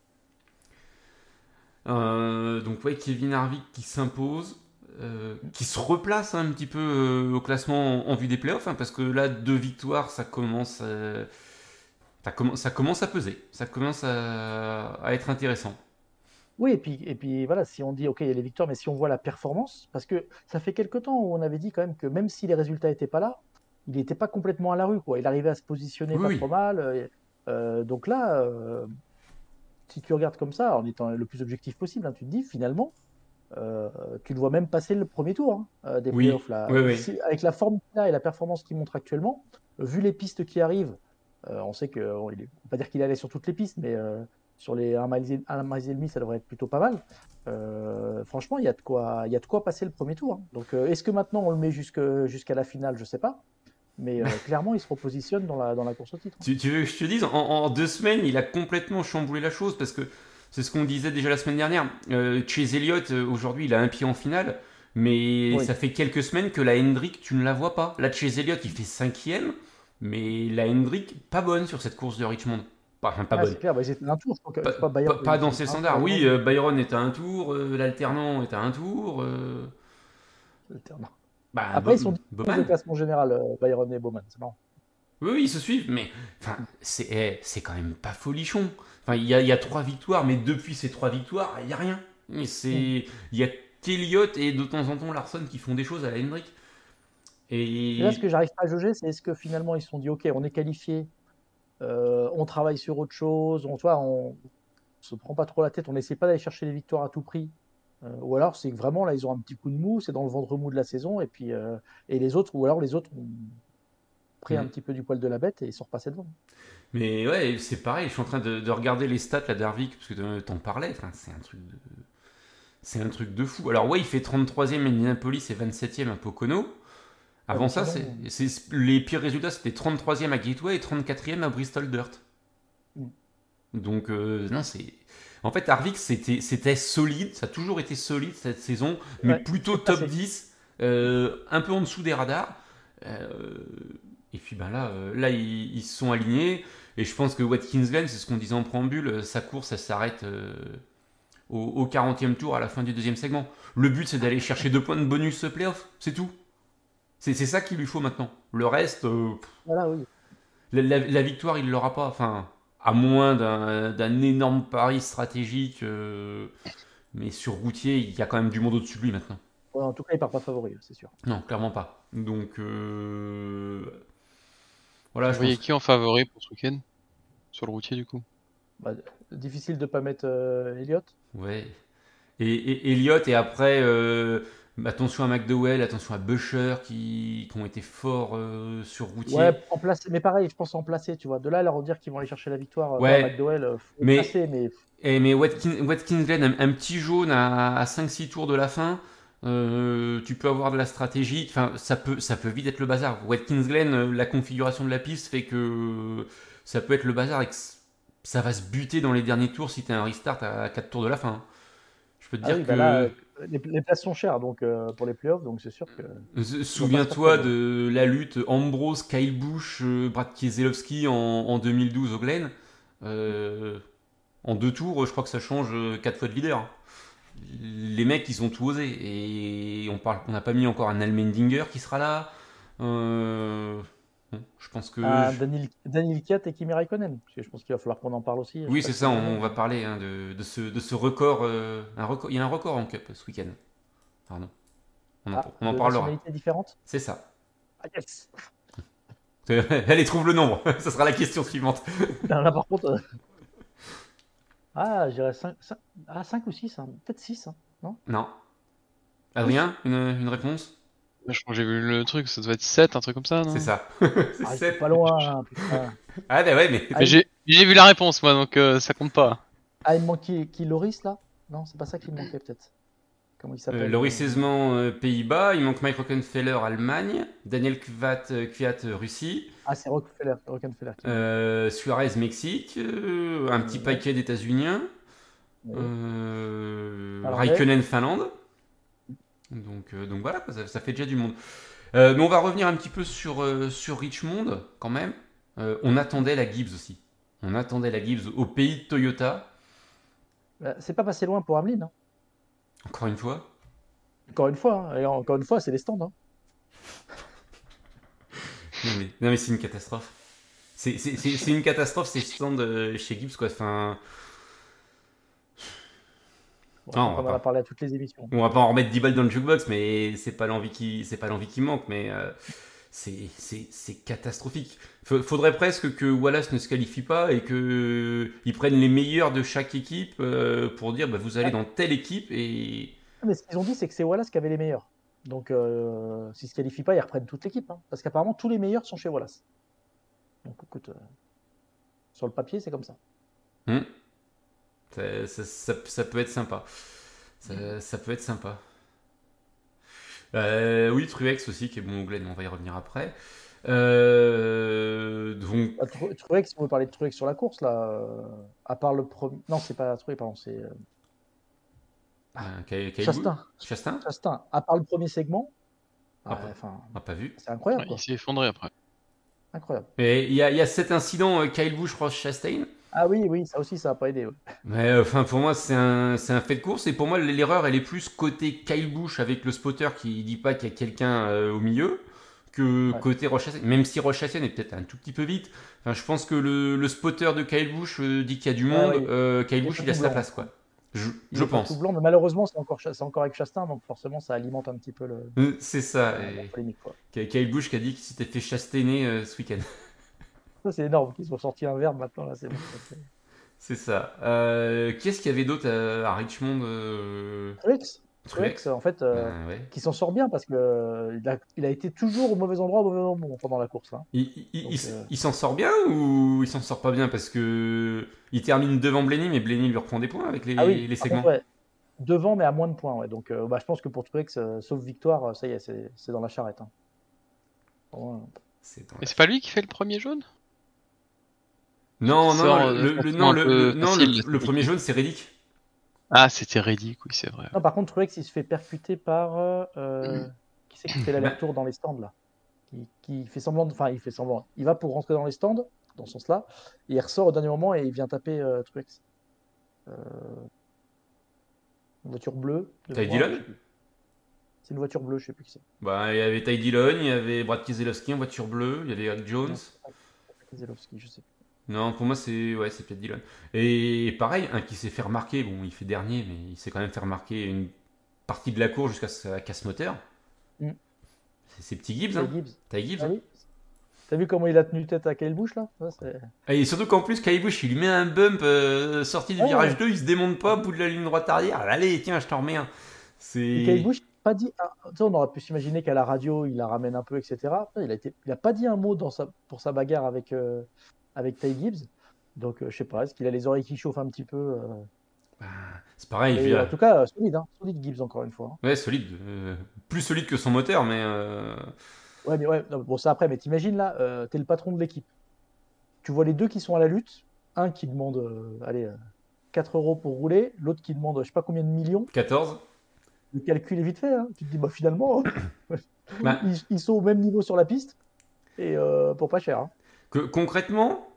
Donc ouais, Kevin Harvick qui s'impose, qui se replace un petit peu au classement en vue des playoffs, hein, parce que là, 2 victoires, ça commence à peser, ça commence à être intéressant. Oui, et puis voilà, si on dit, OK, il y a les victoires, mais si on voit la performance, parce que ça fait quelque temps où on avait dit quand même que même si les résultats n'étaient pas là, il n'était pas complètement à la rue, quoi. Il arrivait à se positionner Oui, pas oui. trop mal. Donc là, si tu regardes comme ça, en étant le plus objectif possible, hein, tu te dis finalement, tu le vois même passer le premier tour des Oui, playoffs là. oui, oui. Avec la forme qu'il a et la performance qu'il montre actuellement, vu les pistes qui arrivent, on sait que, on va pas dire qu'il allait sur toutes les pistes, mais sur les 1,5 miles, ça devrait être plutôt pas mal. Franchement, il y a de quoi passer le premier tour. Hein. Donc, est-ce que maintenant on le met jusqu'à la finale? Je sais pas. Mais clairement, il se repositionne dans la course au titre. Tu veux que je te dise, en 2 semaines, il a complètement chamboulé la chose parce que c'est ce qu'on disait déjà la semaine dernière. Chase Elliott, aujourd'hui, il a un pied en finale, mais Oui. ça fait quelques semaines que la Hendrick, tu ne la vois pas. Là, Chase Elliott, il fait 5e. Mais la Hendrick, pas bonne sur cette course de Richmond. Enfin, pas Ah, bonne. c'est clair, bah, ils étaient à un tour. Je Pas, crois que Bayern, pas ils dans sont ses un, standards. Oui, Bayern, Byron est à un tour, l'alternant est à un tour. non. Bah, Après, ils sont 10 au Bowman. classement général, Bayern et Bowman. C'est marrant. Oui, oui, ils se suivent, mais enfin, c'est quand même pas folichon. Enfin, il y a 3 victoires, mais depuis ces 3 victoires, il n'y a rien. Et Mm. il y a qu'Eliott et de temps en temps Larson qui font des choses à la Hendrick. Et là, ce Et que j'arrive pas à jauger, c'est est-ce que finalement ils se sont dit, OK, on est qualifié, on travaille sur autre chose, tu vois, on se prend pas trop la tête, on n'essaie pas d'aller chercher les victoires à tout prix. Ou alors c'est que vraiment là, ils ont un petit coup de mou, c'est dans le ventre mou de la saison, et puis et les autres, ou alors les autres ont pris un Hmm. petit peu du poil de la bête et ils sont repassés devant. Mais ouais, c'est pareil, je suis en train de regarder les stats là d'Harvick, parce que t'en parlais, enfin, c'est un truc de fou. Alors ouais, il fait 33e à Indianapolis et 27e à Pocono. Ouais, Avant mais ça, sinon, les pires résultats, c'était 33e à Gateway et 34e à Bristol Dirt. mm, Donc non, c'est... En fait, Harvick, c'était solide, ça a toujours été solide cette saison, mais ouais, plutôt c'est top passé. 10, un peu en dessous des radars. Euh, et puis ben là ils se sont alignés. Et je pense que Watkins Glen, c'est ce qu'on disait en préambule, sa course, elle s'arrête au 40e tour à la fin du deuxième segment. Le but, c'est d'aller chercher 2 points de bonus playoff, c'est tout. C'est ça qu'il lui faut maintenant. Le reste, Voilà, oui. la victoire, il l'aura pas. Enfin, à moins d'un énorme pari stratégique. Mais sur routier, il y a quand même du monde au-dessus de lui maintenant. Ouais, en tout cas, il part pas favori, c'est sûr. Non, clairement pas. Donc, voilà, Vous je voyez pense. qui en favori pour ce week-end? Sur le routier, du coup. Bah, difficile de pas mettre Elliott. Ouais. Et Elliott, et après, attention à McDowell, attention à Busher qui ont été forts sur Ouais, routier. en place, mais pareil, je pense en placer, tu vois. De là à leur dire qu'ils vont aller chercher la victoire, voilà, Ouais, McDowell, faut mais placer, mais mais Watkins Glen, un petit jaune à 5-6 tours de la fin, tu peux avoir de la stratégie. Enfin, ça peut vite être le bazar. Watkins Glen, la configuration de la piste fait que ça peut être le bazar et que ça va se buter dans les derniers tours si tu as un restart à 4 tours de la fin. Je peux te ah dire oui, bah là, que les places sont chères donc pour les playoffs, donc c'est sûr que ils vont pas se faire souviens-toi plaisir. de la lutte Ambrose, Kyle Busch, Brad Keselowski en 2012 au Glen. En 2 tours, je crois que ça change 4 fois de leader. Les mecs, ils ont tout osé. Et on n'a pas mis encore un Allmendinger qui sera là. Bon, je pense que. Ah, Daniel Kiat et Kimi Raikkonen, parce que je pense qu'il va falloir qu'on en parle aussi. Je sais Oui, pas c'est si tu ça, as on regardé, va mais parler hein, de ce record, Il y a un record en Cup ce week-end. Pardon. On en de parlera. nationalités différentes. C'est ça. Ah yes. Allez, trouve le nombre. Ça sera la question suivante. Non, là par contre, je dirais 5 ou 6, peut-être 6, non? Non. Plus? Adrien, une réponse? Je crois que j'ai vu le truc, ça doit être 7, un truc comme ça, C'est non? ça. C'est Ah, ils sont 7. pas loin, putain. Ah, bah ouais, mais. Ah, Mais j'ai vu la réponse, moi, donc ça compte pas. il me manquait qui Loris là? Non, c'est pas ça qui me manquait peut-être. Comment il s'appelle Loris Hezement, Pays-Bas. Il manque Mike Rockenfeller, Allemagne. Daniel Kvyat, Russie. Ah, c'est Rockefeller qui manque. Suarez, Mexique. Un petit Ouais, paquet d'États-Uniens. ouais. Finlandais. Raikkonen, Finlande. Donc voilà, quoi, ça fait déjà du monde. Mais on va revenir un petit peu sur Richmond, quand même. On attendait la Gibbs aussi. On attendait la Gibbs au pays de Toyota, Bah, c'est pas passé loin pour Hamlin, hein. encore une fois. Et encore une fois, c'est les stands, hein. Non mais c'est une catastrophe. C'est une catastrophe ces stands chez Gibbs, quoi. Enfin, Bon, je non, crois qu'on en a parlé à toutes les émissions. on va pas en remettre 10 balles dans le jukebox, mais c'est pas l'envie qui manque, mais c'est catastrophique. Faudrait presque que Wallace ne se qualifie pas et que ils prennent les meilleurs de chaque équipe pour dire bah, vous allez Ah, dans telle équipe et mais ce qu'ils ont dit, c'est que c'est Wallace qui avait les meilleurs. Donc, s'ils ne se qualifient pas, ils reprennent toute l'équipe, hein. Parce qu'apparemment, tous les meilleurs sont chez Wallace. Donc, écoute, sur le papier, c'est comme ça. Hmm, ça peut être sympa. Ça peut être sympa. Oui, Truex aussi qui est bon au Glen, on va y revenir après. Donc Bah, Truex, si vous voulez parler de Truex sur la course, là, à part le premier. Non, c'est pas Truex, pardon, c'est Kyle Busch, Chastain. Chastain, Chastain. À part le premier segment, ah, pas, enfin, ah, pas vu. c'est incroyable, Ouais, il quoi. s'est effondré après. Incroyable. Et il y a cet incident Kyle Busch, Ross Chastain. Ah oui, ça aussi, ça n'a pas aidé. Ouais. Mais enfin, pour moi, c'est un fait de course. Et pour moi, l'erreur, elle est plus côté Kyle Busch avec le spotter qui dit pas qu'il y a quelqu'un au milieu que Ouais. côté Ross Chastain. Même si Ross Chastain est peut-être un tout petit peu vite. Enfin, je pense que le spotter de Kyle Busch dit qu'il y a du monde. Kyle Il est Busch, pas il tout laisse la blanc. place, quoi. Il Je est pas tout pense. blanc, mais malheureusement, c'est encore avec Chastain, donc forcément, ça alimente un petit peu C'est ça. la polémique. Quoi. Kyle Busch qui a dit qu'il s'était fait chastainer ce week-end. Ça, c'est énorme qu'ils ont sorti un verbe maintenant, là, c'est bon. C'est ça. Qui est-ce qu'il y avait d'autre à Richmond Truex, Truex. en fait, Ben ouais. qui s'en sort bien parce que il a été toujours au mauvais endroit, au mauvais moment pendant la course. Hein. Donc, Il s'en sort bien ou il s'en sort pas bien parce que il termine devant Blenny, mais Blenny lui reprend des points avec Ah oui, les par segments. contre, ouais, devant, mais à moins de points. Ouais. Donc, je pense que pour Truex, sauf victoire, ça y est, c'est dans la charrette. Hein. Vraiment, C'est dans Et la- c'est pas lui qui fait le premier jaune? Non, Qui non, non, sort de façon un peu facile, là, le premier jaune c'est Reddick. Ah, c'était Reddick, oui, c'est vrai. Non, par contre, Truex, il se fait percuter par. Qui c'est qui fait Ben, l'aller-retour dans les stands, là qui fait semblant. Enfin, il fait semblant. Il va pour rentrer dans les stands, dans ce sens-là, et il ressort au dernier moment et il vient taper Truex. Euh, Une voiture bleue. De Ty mémoire, Dillon. je sais plus. C'est une voiture bleue, je sais plus qui c'est. Bah, il y avait Ty Dillon, il y avait Brad Keselowski en voiture bleue, il y avait Eric Jones. Non, c'est pas Keselowski, je sais plus. Non, pour moi c'est peut-être Dillon. Et pareil, un qui s'est fait remarquer, bon, il fait dernier, mais il s'est quand même fait remarquer une partie de la course jusqu'à sa casse moteur. Mm. C'est petit Gibbs, C'est hein. Gibbs. Ty Gibbs. Ah Hein. oui. T'as vu comment il a tenu tête à Kyle Busch là? Ça, c'est- Et surtout qu'en plus, Kyle Busch, il lui met un bump sorti du Ouais, virage ouais. 2, il se démonte pas au bout de la ligne droite arrière. Allez, tiens, je t'en remets un. Et Kyle C'est. Busch, pas dit. Tu sais, on aurait pu s'imaginer qu'à la radio, il la ramène un peu, etc. Il a pas dit un mot pour sa bagarre avec Ty Gibbs. Donc, je sais pas, est-ce qu'il a les oreilles qui chauffent un petit peu C'est pareil, je veux Mais dire. en tout cas, solide, hein. Solide Gibbs encore une fois. Hein. Ouais, solide. Plus solide que son moteur, mais. Ouais, mais ouais, non, bon, ça après, mais t'imagines là, t'es le patron de l'équipe. Tu vois les deux qui sont à la lutte, un qui demande allez, 4 € pour rouler, l'autre qui demande je sais pas combien de millions. 14. Le calcul est vite fait. Hein. Tu te dis, bah finalement, Bah, ils sont au même niveau sur la piste et pour pas cher. Hein. concrètement,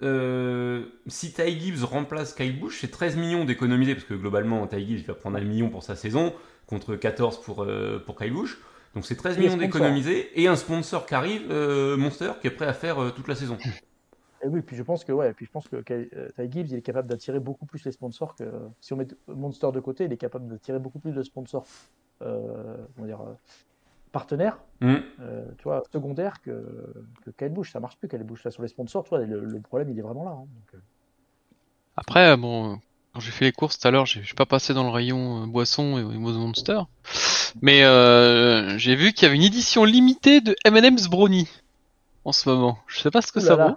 si Ty Gibbs remplace Kyle Busch, c'est 13 millions d'économiser, parce que globalement, Ty Gibbs il va prendre 1 million pour sa saison, contre 14 pour Kyle Busch. Donc c'est 13 Et les millions sponsors. d'économiser, et un sponsor qui arrive, Monster, qui est prêt à faire toute la saison. Et oui, puis je pense que Ty Gibbs il est capable d'attirer beaucoup plus les sponsors que si on met Monster de côté, il est capable d'attirer beaucoup plus de sponsors, comment dire, partenaires, Hmm. tu vois, secondaires que Kyle Busch. Ça marche plus Kyle Busch là sur les sponsors. Tu vois, le problème il est vraiment là. Hein. Donc, Après, bon, quand j'ai fait les courses tout à l'heure, je suis pas passé dans le rayon boisson et Monster. Mais j'ai vu qu'il y avait une édition limitée de M&M's Brownie en ce moment. Je sais pas ce que Ouh ça là vaut.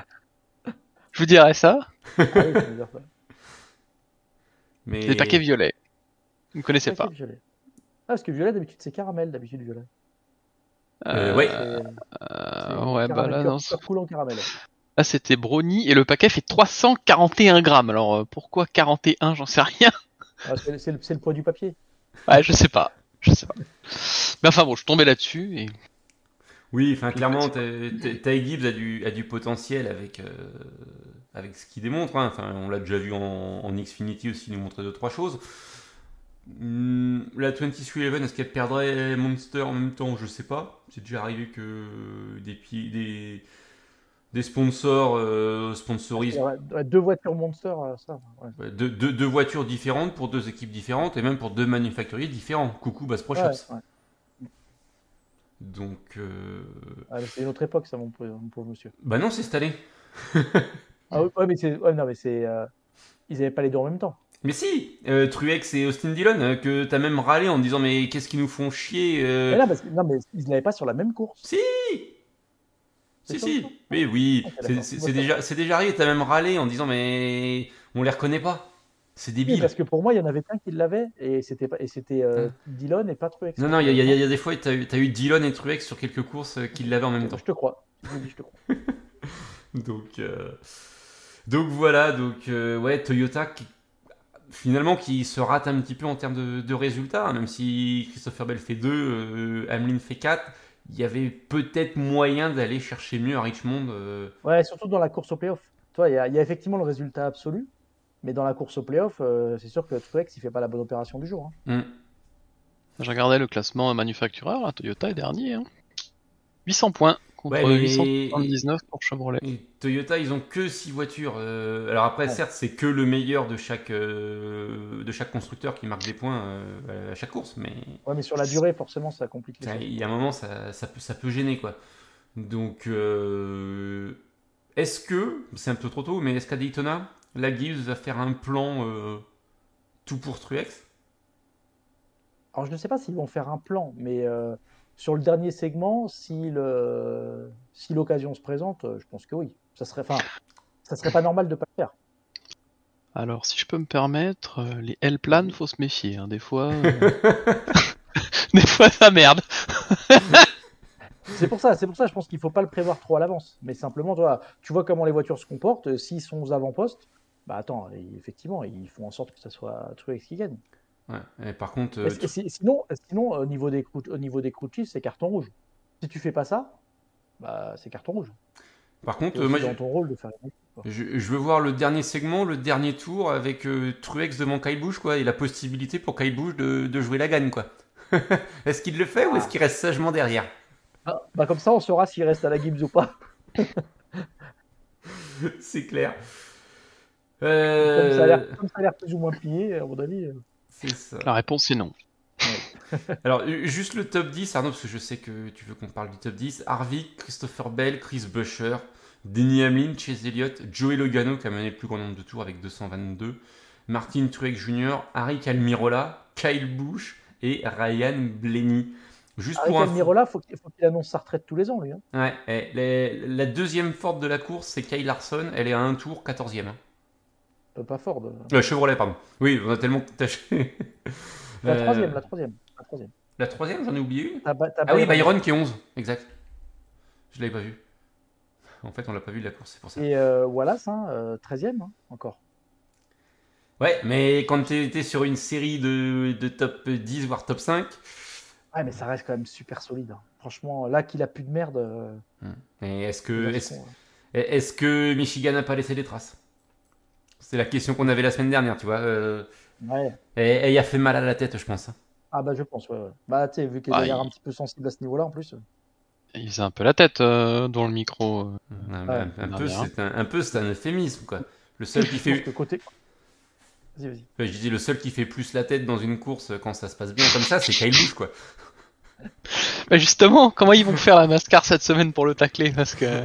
Je vous dirai ça. Ah oui, ça veut dire ça. Mais... C'est des paquets violets. Vous ne connaissez Paquet pas. violet. Ah, parce que violet d'habitude c'est caramel d'habitude violet. ouais. C'est Ouais, bah caramel, là, non. cœur coulant caramel. Là, c'était Brownie et le paquet fait 341 grammes. Alors, pourquoi 41? J'en sais rien. Ah, c'est le poids du papier. Ouais, je sais pas. Je sais pas. Mais enfin bon, je tombais là-dessus et Oui, enfin clairement, Ty Gibbs a du potentiel avec ce qu'il démontre. Hein. Enfin, on l'a déjà vu en Xfinity aussi, nous montrer 2-3 choses. La 2311, est-ce qu'elle perdrait Monster en même temps? Je sais pas. C'est déjà arrivé que des sponsors sponsorisent Ouais, 2 voitures Monster, ça. Ouais. deux voitures différentes pour 2 équipes différentes et même pour 2 manufacturiers différents. Coucou Bass Pro Ouais, Shops. ouais. Donc, Ah, mais c'est une autre époque, ça, mon pauvre monsieur. bah non, c'est cette année. Ah, ouais, mais non, mais ils n'avaient pas les deux en même temps. Mais si, Truex et Austin Dillon, que t'as même râlé en disant mais qu'est-ce qu'ils nous font chier Mais là, non, mais ils l'avaient pas sur la même course. Si C'est Si, sûr, si ça Mais oui, Ok, d'accord. c'est déjà arrivé, t'as même râlé en disant mais on les reconnaît pas. C'est Oui, débile. parce que pour moi, il y en avait qu'un qui l'avait et c'était Hein. Dillon et pas Truex. Non, non, il y a des fois, t'as eu Dillon et Truex sur quelques courses qui l'avaient en même temps. Je te crois. Je me dis, je te crois. Donc voilà, ouais, Toyota finalement qui se rate un petit peu en termes de résultats, hein, même si Christopher Bell fait 2, Hamlin fait 4, il y avait peut-être moyen d'aller chercher mieux à Richmond. Ouais, surtout dans la course au playoff. Tu vois, il y a effectivement le résultat absolu, mais dans la course au playoff, c'est sûr que Truex, il fait pas la bonne opération du jour. Hein. Hmm. Je regardais le classement manufactureur, la Toyota est dernier. Hein. 800 points contre Ouais, mais 879 pour Chevrolet. et Toyota, ils ont que 6 voitures. Alors après, Ouais. certes, c'est que le meilleur de chaque constructeur qui marque des points à chaque course, mais Ouais, mais sur la durée, forcément, ça complique les choses. il y a un moment, ça peut gêner, quoi. Donc, est-ce que, c'est un peu trop tôt, mais est-ce qu'à Daytona, la Gibbs va faire un plan tout pour Truex? Alors, je ne sais pas s'ils vont faire un plan, mais sur le dernier segment, si l'occasion se présente, je pense que oui. Ça serait pas normal de pas le faire. Alors, si je peux me permettre, les L-planes, faut se méfier. Hein. Des fois, des fois, ça merde. C'est pour ça, je pense qu'il faut pas le prévoir trop à l'avance. Mais simplement, tu vois comment les voitures se comportent. S'ils sont aux avant-postes, bah attends, effectivement, ils font en sorte que ça soit Truex qui gagne. Ouais, et par contre, Sinon, au niveau des crew chiefs, c'est carton rouge. Si tu fais pas ça, bah c'est carton rouge. C'est moi, aussi dans ton rôle de faire une équipe, quoi. je veux voir le dernier segment, le dernier tour avec Truex devant Kyle Busch, quoi, et la possibilité pour Kyle Busch de jouer la gagne, quoi. Est-ce qu'il le fait ou est-ce qu'il reste sagement derrière? Bah, comme ça, on saura s'il reste à la Gibbs ou pas. C'est clair. Comme ça a l'air plus ou moins plié, à mon avis. C'est ça. La réponse est non. Alors, juste le top 10, Arnaud, parce que je sais que tu veux qu'on parle du top 10. Harvick, Christopher Bell, Chris Buescher, Denny Hamlin, Chase Elliott, Joey Logano qui a mené le plus grand nombre de tours avec 222, Martin Truex Jr., Eric Almirola, Kyle Busch et Ryan Blaney. Juste Avec pour info. Almirola, faut qu'il annonce sa retraite tous les ans, lui. Hein. Ouais, la deuxième forte de la course, c'est Kyle Larson. Elle est à un tour, 14e. Pas Ford. Chevrolet, pardon. Oui, on a tellement tâché. La troisième, Euh, la troisième. La troisième. La troisième, j'en ai oublié une. T'as Ah oui, Byron qui est 11, exact. Je l'avais pas vu. En fait, on l'a pas vu de la course, c'est pour ça. Et Wallace, hein, 13e, hein, encore. Ouais, mais quand t'es sur une série de top 10, voire top 5, Ouais, mais ça reste quand même super solide. Hein. Franchement, là qu'il a plus de merde, mais c'est vachement, hein. est-ce que Michigan n'a pas laissé des traces? C'est la question qu'on avait la semaine dernière, tu vois. Ouais. Et il a fait mal à la tête, je pense. Hein. Ah bah je pense, ouais. Bah tu sais, vu qu'il Ah, a l'air il- un petit peu sensible à ce niveau-là en plus. Il faisait un peu la tête dans le micro. Ouais. Un peu, c'est un euphémisme, quoi. Le seul qui Je pense fait, que côté. Vas-y. je disais, le seul qui fait plus la tête dans une course quand ça se passe bien comme ça, c'est Kyle Busch, quoi. Bah justement, comment ils vont faire la NASCAR cette semaine pour le tacler? Parce que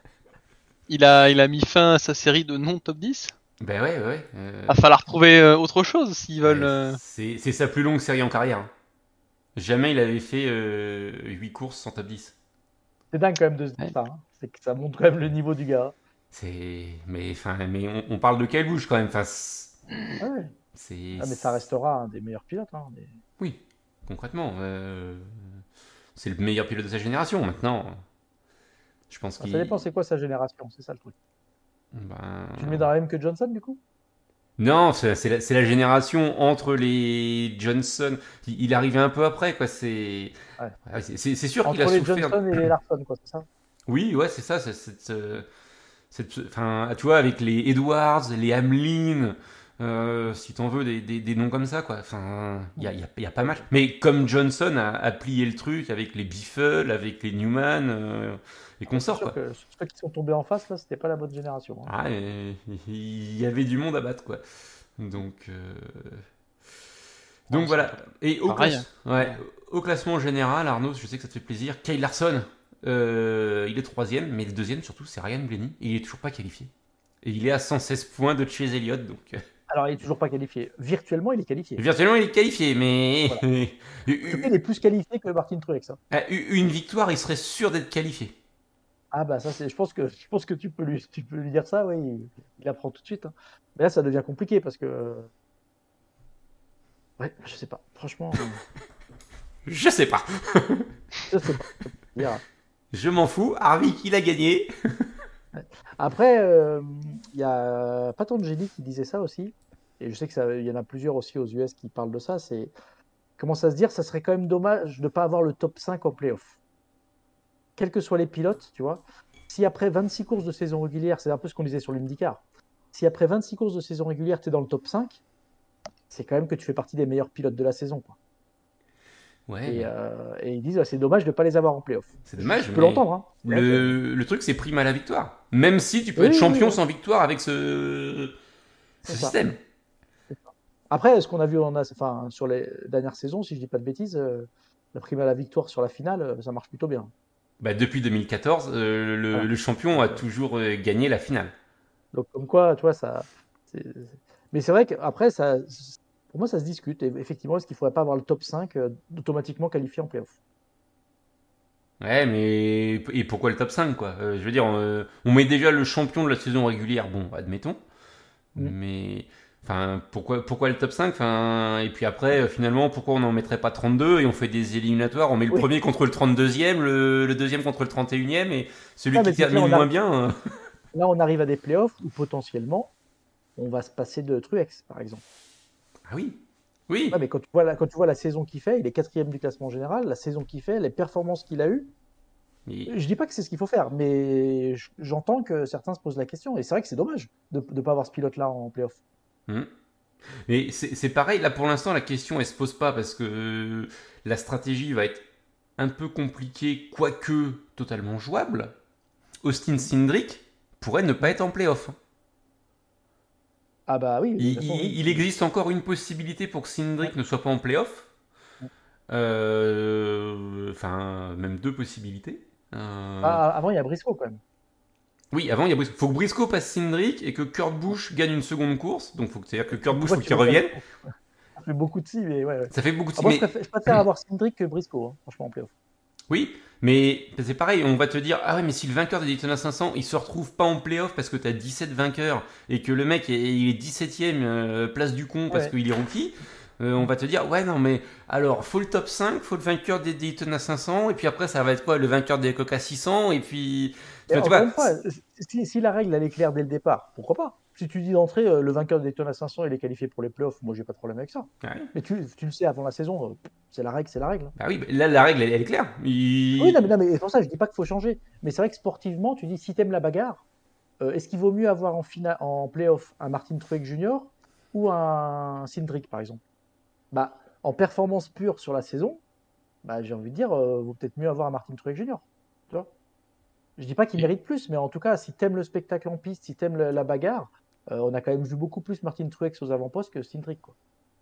il a mis fin à sa série de non top 10. Ben ouais. Va falloir trouver autre chose s'ils veulent. C'est sa plus longue série en carrière. Hein. Jamais il avait fait 8 courses sans top 10. C'est dingue quand même de se dire Ouais. ça. Hein. C'est que ça montre quand même le niveau du gars. Mais on parle de Kyle Busch quand même. Enfin, Ouais. Ah, mais ça restera un des meilleurs pilotes. Hein, Oui, concrètement. C'est le meilleur pilote de sa génération maintenant. Je pense Ça qu'il. dépend, c'est quoi sa génération, c'est ça le truc. Ben, Tu le mets dans la même que Johnson du coup? Non, c'est la génération entre les Johnson. Il arrivait un peu après, quoi. Ouais. Ouais, c'est sûr qu'il a Entre les souffert. Johnson et les Larson, quoi, c'est ça? Oui, ouais, c'est ça. Enfin, tu vois, avec les Edwards, les Hamlin, si t'en veux, des noms comme ça, quoi. Enfin, il y a pas mal. Mais comme Johnson a plié le truc avec les Biffle, avec les Newman et C'est consorts, sûr quoi. que ceux qui sont tombés en face, là, c'était pas la bonne génération. Hein. Ah, il y avait du monde à battre, quoi. Donc, Ouais, voilà. Et Pareil, au classement général, Arnaud, je sais que ça te fait plaisir. Kyle Larson, il est troisième, mais le deuxième surtout, c'est Ryan Blaney. Et il est toujours pas qualifié. Et il est à 116 points de Chase Elliott, donc Alors, il est toujours pas qualifié. Virtuellement, il est qualifié. virtuellement il est qualifié, mais En tout cas, il est plus qualifié que Martin Truex. Hein. une victoire, il serait sûr d'être qualifié. Ah bah ça, je pense que tu peux lui dire ça, oui, il apprend tout de suite. Hein. Mais là, ça devient compliqué parce que... Ouais, je sais pas. Franchement, Je sais pas. je sais pas. Dire. Je m'en fous. Harvick, il a gagné. Après, il y a Patangeli qui disait ça aussi. Et je sais qu'il y en a plusieurs aussi aux US qui parlent de ça. C'est comment ça se dire, ça serait quand même dommage de ne pas avoir le top 5 en playoff. quels que soient les pilotes, tu vois, si après 26 courses de saison régulière, c'est un peu ce qu'on disait sur l'IndyCar, si après 26 courses de saison régulière, tu es dans le top 5, c'est quand même que tu fais partie des meilleurs pilotes de la saison, quoi. Ouais, Et, mais et ils disent, c'est dommage de ne pas les avoir en playoff. c'est dommage, Je peux mais l'entendre, hein. C'est vrai que- le truc, c'est prime à la victoire. Même si tu peux Oui, être oui, champion oui. sans victoire avec ce C'est ça. système. Après, ce qu'on a vu sur les dernières saisons, si je dis pas de bêtises, la prime à la victoire sur la finale, ça marche plutôt bien. Bah, depuis 2014, Voilà. le champion a toujours gagné la finale. Donc, comme quoi, tu vois, mais c'est vrai qu'après, pour moi, ça se discute. Et effectivement, est-ce qu'il ne faudrait pas avoir le top 5 automatiquement qualifié en playoff? Ouais, mais et pourquoi le top 5 quoi? Je veux dire, on met déjà le champion de la saison régulière, bon, admettons. Mm. Mais enfin, pourquoi le top 5? Enfin, et puis après, finalement, pourquoi on n'en mettrait pas 32 et on fait des éliminatoires? On met le Oui. premier contre le 32e, le deuxième contre le 31e et celui Ah, qui mais c'est clair, termine moins bien. là, on arrive à des playoffs où potentiellement, on va se passer de Truex, par exemple. Ah oui, oui. Ouais, mais quand tu vois la saison qu'il fait, il est quatrième du classement général, la saison qu'il fait, les performances qu'il a eues, Mais- je dis pas que c'est ce qu'il faut faire, mais j'entends que certains se posent la question. Et c'est vrai que c'est dommage de ne pas avoir ce pilote-là en playoff. Hmm. Mais c'est pareil, là pour l'instant la question elle se pose pas parce que la stratégie va être un peu compliquée, quoique totalement jouable. Austin Cindric pourrait ne pas être en playoff. Ah bah oui, de toute façon, oui. Il existe encore une possibilité pour que Cindric ne soit pas en playoff. Enfin, même deux possibilités. Avant, il y a Briscoe quand même. Oui, avant il y a Briscoe. Faut que Briscoe passe Cindric et que Kurt Busch gagne une seconde course. Donc c'est-à-dire que Kurt Busch Pourquoi faut tu qu'il veux revienne. Ça fait beaucoup de si, mais ouais. Ça fait beaucoup de Ah, moi, mais je préfère avoir Cindric que Briscoe, hein, franchement, en playoff. oui, mais c'est pareil, on va te dire ah ouais, mais si le vainqueur de Daytona 500, il se retrouve pas en playoff parce que tu as 17 vainqueurs et que le mec il est 17e place du con parce Ouais. qu'il est rookie, on va te dire ouais non mais alors faut le top 5, faut le vainqueur des Daytona 500 et puis après ça va être quoi le vainqueur des Coca 600 et puis Et tu encore vois, une fois, si la règle elle est claire dès le départ, pourquoi pas? Si tu dis d'entrée, le vainqueur des Daytona 500 il est qualifié pour les playoffs, moi j'ai pas de problème avec ça. ouais, Mais tu le sais avant la saison, c'est la règle, c'est la règle, hein. bah oui, bah là la règle elle est claire. Oui, non, mais c'est pour ça, je dis pas qu'il faut changer. Mais c'est vrai que sportivement, tu dis si t'aimes la bagarre, est-ce qu'il vaut mieux avoir en playoff un Martin Truex Jr. ou un Cindric par exemple? Bah, en performance pure sur la saison, bah, j'ai envie de dire, vaut peut-être mieux avoir un Martin Truex Jr. Tu vois? Je dis pas qu'il mérite plus, mais en tout cas, si t'aimes le spectacle en piste, si t'aimes la bagarre, on a quand même vu beaucoup plus Martin Truex aux avant-postes que Cindric, quoi.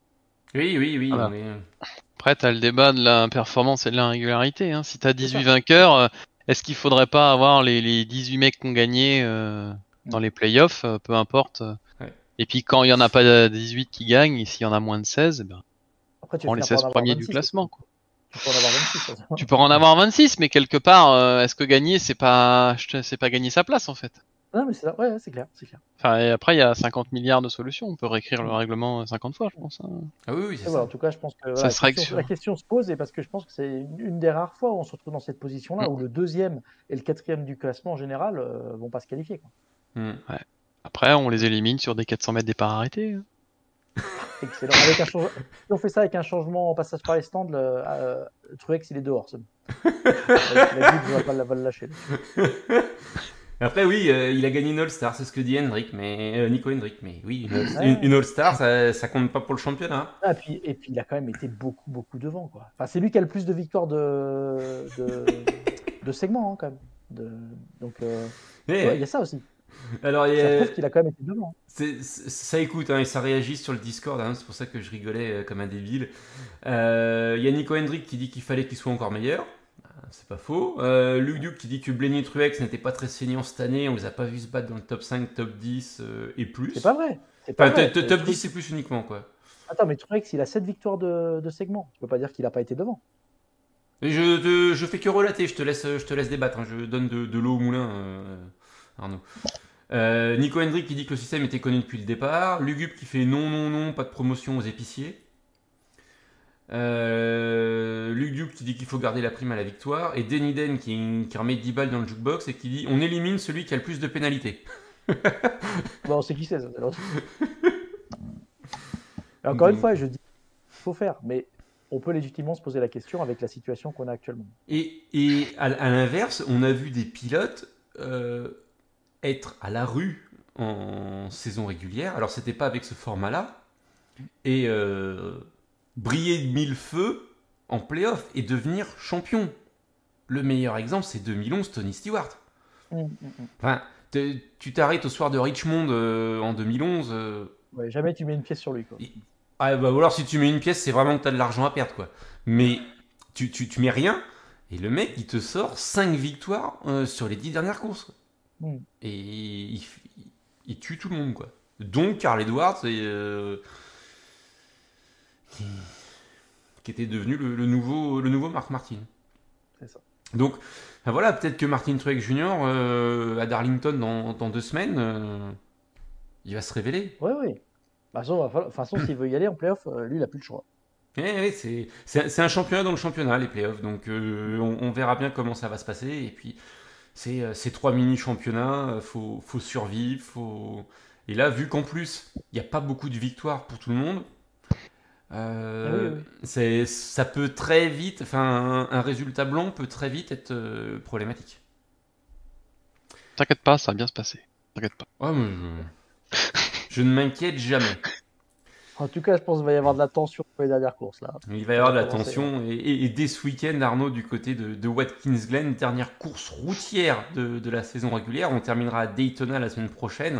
Oui, Voilà. mais Après, t'as le débat de la performance et de la régularité. Hein. Si t'as 18 ça. vainqueurs, est-ce qu'il faudrait pas avoir les 18 mecs qui ont gagné dans les playoffs, peu importe. Ouais. Et puis quand il y en a pas 18 qui gagnent, et s'il y en a moins de 16, ben, Après, tu prends les finis par 16 en avoir premiers du 26 aussi. classement. Quoi. Tu peux en avoir 26. Tu peux en avoir 26, mais quelque part, est-ce que gagner, c'est pas gagner sa place en fait. Non, mais c'est ça. Ouais, c'est clair, c'est clair. Enfin, et après, il y a 50 milliards de solutions. On peut réécrire le règlement 50 fois, je pense. Hein. ah oui, c'est Et voilà, ça. en tout cas, je pense que Ça voilà, serait que sur- la question se pose, et parce que je pense que c'est une des rares fois où on se retrouve dans cette position-là, où le deuxième et le quatrième du classement en général vont pas se qualifier, quoi. Hmm. Après, on les élimine sur des 400 mètres départ arrêtés. Hein. Excellent. Si on fait ça avec un changement en passage par les stands, Truex, il est dehors. C'est bon. La guide va le lâcher. Après, oui, il a gagné une All-Star, c'est ce que dit Hendrick, mais Nico Hendrick. Mais oui, Ouais. une All-Star, ça compte pas pour le championnat. Ah, et puis, il a quand même été beaucoup devant, quoi. Enfin, c'est lui qui a le plus de victoires de segments, hein, quand même. Donc, Mais, ouais, il y a ça aussi. alors, Ça prouve qu'il a quand même été devant. ça écoute, hein, et ça réagit sur le Discord, hein, c'est pour ça que je rigolais comme un débile. Il y a Nico Hendrick qui dit qu'il fallait qu'il soit encore meilleur. C'est pas faux. Luke Duke qui dit que Blenny Truex n'était pas très saignant cette année, on les a pas vus se battre dans le top 5, top 10 et plus. C'est pas vrai. C'est pas Enfin, vrai. top 10 c'est plus uniquement quoi. Attends, mais Truex, il a 7 victoires de segments. Tu peux pas dire qu'il a pas été devant. Et je fais que relater, je te laisse débattre, hein, je donne de l'eau au moulin, Arnaud. Nico Hendrick qui dit que le système était connu depuis le départ. Lugup qui fait non, pas de promotion aux épiciers. Luke Duke qui dit qu'il faut garder la prime à la victoire. Et Deniden qui remet 10 balles dans le jukebox et qui dit on élimine celui qui a le plus de pénalités. Bon, on sait qui c'est, ça. Et encore une fois, je dis, il faut faire. Mais on peut légitimement se poser la question avec la situation qu'on a actuellement. Et à l'inverse, on a vu des pilotes être à la rue en saison régulière. Alors, c'était pas avec ce format-là. Et briller de mille feux en playoff et devenir champion. Le meilleur exemple, c'est 2011, Tony Stewart. Enfin, tu t'arrêtes au soir de Richmond en 2011. Ouais, jamais tu mets une pièce sur lui, quoi. Ou alors, si tu mets une pièce, c'est vraiment que tu as de l'argent à perdre, quoi. Mais tu mets rien, et le mec, il te sort 5 victoires sur les 10 dernières courses. Mm. Et il tue tout le monde, quoi. Donc, Carl Edwards, qui était devenu le nouveau Mark Martin. C'est ça. Donc, ben voilà, peut-être que Martin Truex Jr. À Darlington dans 2 semaines, il va se révéler. Oui, oui. De toute façon, s'il veut y aller en playoff, lui, il n'a plus le choix. Oui, c'est un championnat dans le championnat, les playoffs. Donc, on verra bien comment ça va se passer. Et puis, c'est 3 mini-championnats, faut survivre. Et là, vu qu'en plus, il n'y a pas beaucoup de victoires pour tout le monde, Oui. ça peut très vite, enfin, un résultat blanc peut très vite être problématique. T'inquiète pas, ça va bien se passer. T'inquiète pas. Oh, mais je ne m'inquiète jamais. En tout cas, je pense qu'il va y avoir de la tension pour les dernières courses, là. Il va y avoir de la commencer, tension. Et dès ce week-end, Arnaud, du côté de Watkins Glen, dernière course routière de la saison régulière. On terminera à Daytona la semaine prochaine.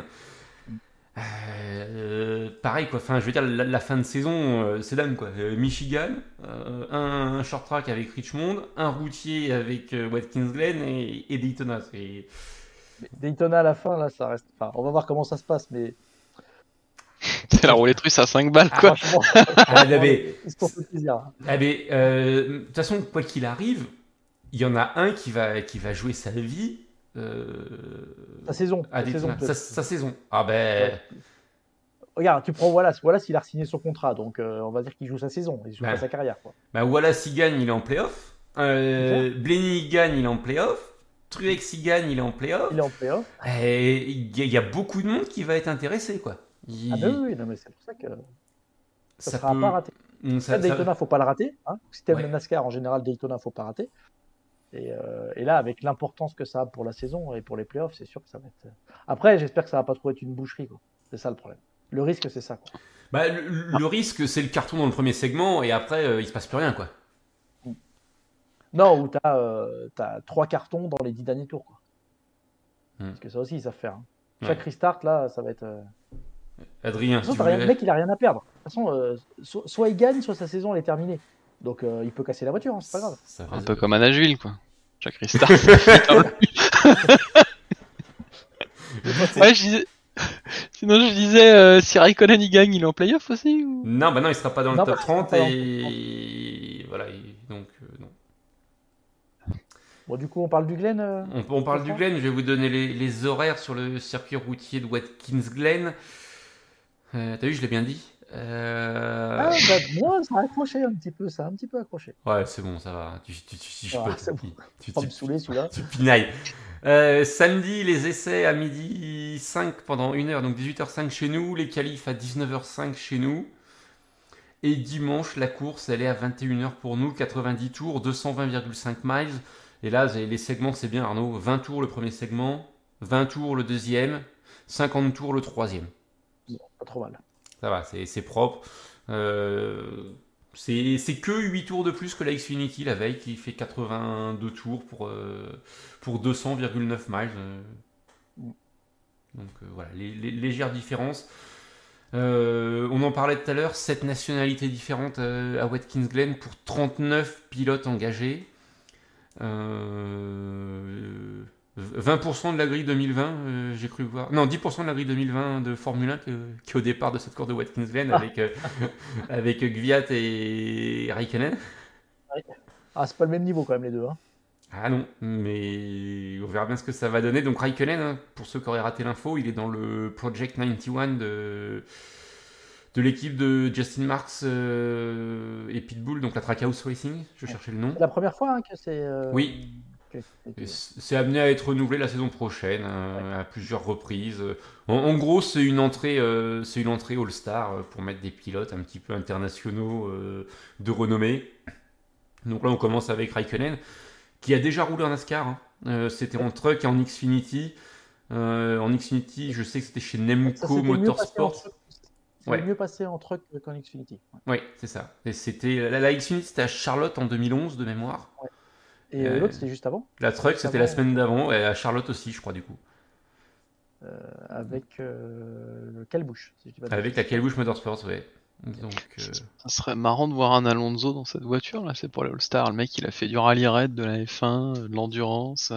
Pareil, quoi. Enfin, je veux dire, la fin de saison, c'est dingue, quoi. Michigan, un short track avec Richmond, un routier avec Watkins Glen et Daytona. Mais Daytona à la fin, là, ça reste. Enfin, on va voir comment ça se passe, mais C'est la roulette russe à 5 balles, quoi. franchement, ils se font plaisir. De toute façon, quoi qu'il arrive, il y en a un qui va jouer sa vie. Sa saison. à Sa Daytona. saison, peut-être. Sa saison. Ah ben. Ouais. Regarde, tu prends Wallace. Wallace, il a signé son contrat, donc on va dire qu'il joue sa saison, il joue Ouais. pas sa carrière, quoi. Bah, Wallace il gagne, il est en playoff. Blenny il gagne, il est en playoff. Truex il gagne, il est en playoff. Il est en playoff. Et il y a beaucoup de monde qui va être intéressé, quoi. Ah ben oui, non, mais c'est pour ça que ça Ça sera peut- pas raté. ça- Daytona, faut pas le rater. Hein. Si t'aimes Ouais. le NASCAR, en général, Daytona, faut pas rater. Et là, avec l'importance que ça a pour la saison et pour les playoffs, c'est sûr que ça va être. Après, j'espère que ça va pas trop être une boucherie, quoi. C'est ça le problème. Le risque, c'est ça, quoi. Bah, le risque, c'est le carton dans le premier segment et après, il se passe plus rien, quoi. Non, où t'as 3 cartons dans les 10 derniers tours, quoi. Hmm. Parce que ça aussi, ils savent faire. Hein. Ouais. Chaque restart, là, ça va être. Adrien, De toute si façon, tu le voulais... mec, il a rien à perdre. De toute façon, soit il gagne, soit sa saison, elle est terminée. Donc, il peut casser la voiture, hein, c'est pas grave. Ça va, Un peu comme à Nashville, quoi. Chaque restart. Ouais, je disais... Sinon, je disais, si Raikkonen il gagne, il est en playoff aussi ou... Non, bah non, il sera pas dans le Non, top parce qu'il sera 30 pas dans le et voilà, donc non. Bon, du coup, on parle du Glen. On parle du Vincent Glen, je vais vous donner les horaires sur le circuit routier de Watkins Glen. T'as vu, je l'ai bien dit. Ah, bah, moi, ça a accroché un petit peu, ça a un petit peu accroché. Ouais, c'est bon, ça va. Tu C'est bon. tu, Pas me saouler, celui-là. tu pinailles. Samedi, les essais à midi 5 pendant 1 heure, donc 18h05 chez nous. Les qualifs à 19h05 chez nous. Et dimanche, la course, elle est à 21h pour nous. 90 tours, 220,5 miles. Et là, les segments, c'est bien, Arnaud. 20 tours le premier segment, 20 tours le deuxième, 50 tours le troisième. Bon, pas trop mal. Ça va, c'est propre. C'est que 8 tours de plus que la Xfinity la veille qui fait 82 tours pour 200,9 miles. Donc voilà, les légères différences. On en parlait tout à l'heure, 7 nationalités différentes à Watkins Glen pour 39 pilotes engagés. 20% de la grille 2020, j'ai cru voir. Non, 10% de la grille 2020 de Formule 1 qui est au départ de cette course de Watkins Glen avec Gviat et Raikkonen. Ah, c'est pas le même niveau quand même, les deux. Hein. Ah non, mais on verra bien ce que ça va donner. Donc Raikkonen, hein, pour ceux qui auraient raté l'info, il est dans le Project 91 de l'équipe de Justin Marks et Pitbull, donc la Trackhouse Racing, je cherchais le nom. C'est la première fois hein, que c'est. Oui. Et c'est amené à être renouvelé la saison prochaine, à plusieurs reprises. En gros, c'est une entrée All-Star pour mettre des pilotes un petit peu internationaux de renommée. Donc là, on commence avec Raikkonen, qui a déjà roulé en NASCAR, hein. C'était en truck et en Xfinity. En Xfinity, je sais que c'était chez Ça Nemco s'était mieux passé en Motorsport. truck. C'est Ouais. mieux passé en truck qu'en Xfinity. Ouais. Oui, c'est ça. Et c'était la Xfinity, c'était à Charlotte en 2011 de mémoire. Et Euh, l'autre, c'était juste avant, La truck, juste c'était la avant, semaine d'avant, et à Charlotte aussi, je crois, du coup. avec le Calbouche, si je dis pas de Avec la bêtises. Kelbush Motorsports, ouais. Donc, Ça serait marrant de voir un Alonso dans cette voiture là, c'est pour les All-Star. Le mec il a fait du rallye raid, de la F1, de l'endurance.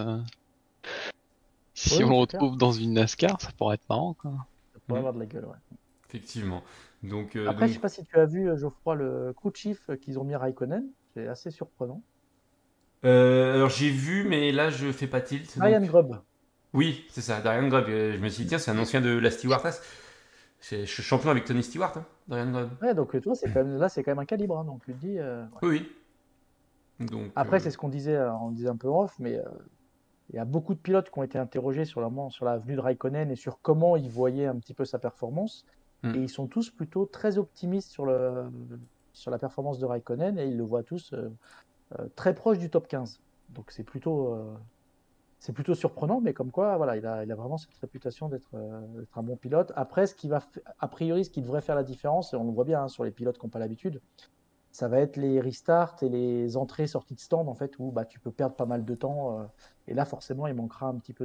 Si Ouais, on non, le c'est clair. retrouve dans une NASCAR, ça pourrait être marrant quoi. Ça pourrait Mhm. avoir de la gueule, ouais. effectivement. Donc, Après, je sais pas si tu as vu, Geoffroy, le crew chief qu'ils ont mis Raikkonen. C'est assez surprenant. alors j'ai vu, mais là je fais pas tilt. Ryan Donc... Grubb. Oui, c'est ça, Darian Grubb. Je me suis dit, tiens, c'est un ancien de la Stewart Haas. Je suis champion avec Tony Stewart, hein, Darian Grubb. Ouais, donc tu vois, c'est quand même, là, c'est quand même un calibre. Hein, donc tu te dis. Ouais. Oui, oui. Donc, Après, c'est ce qu'on disait, on disait un peu en off, mais il y a beaucoup de pilotes qui ont été interrogés sur la venue de Raikkonen et sur comment ils voyaient un petit peu sa performance. Hmm. Et ils sont tous plutôt très optimistes sur la performance de Raikkonen et ils le voient tous très proche du top 15. Donc c'est plutôt surprenant, mais comme quoi, voilà, il a vraiment cette réputation d'être un bon pilote. Après, a priori, ce qui devrait faire la différence, et on le voit bien hein, sur les pilotes qui n'ont pas l'habitude, ça va être les restarts et les entrées-sorties de stand, en fait, où bah, tu peux perdre pas mal de temps. Et là, forcément, il manquera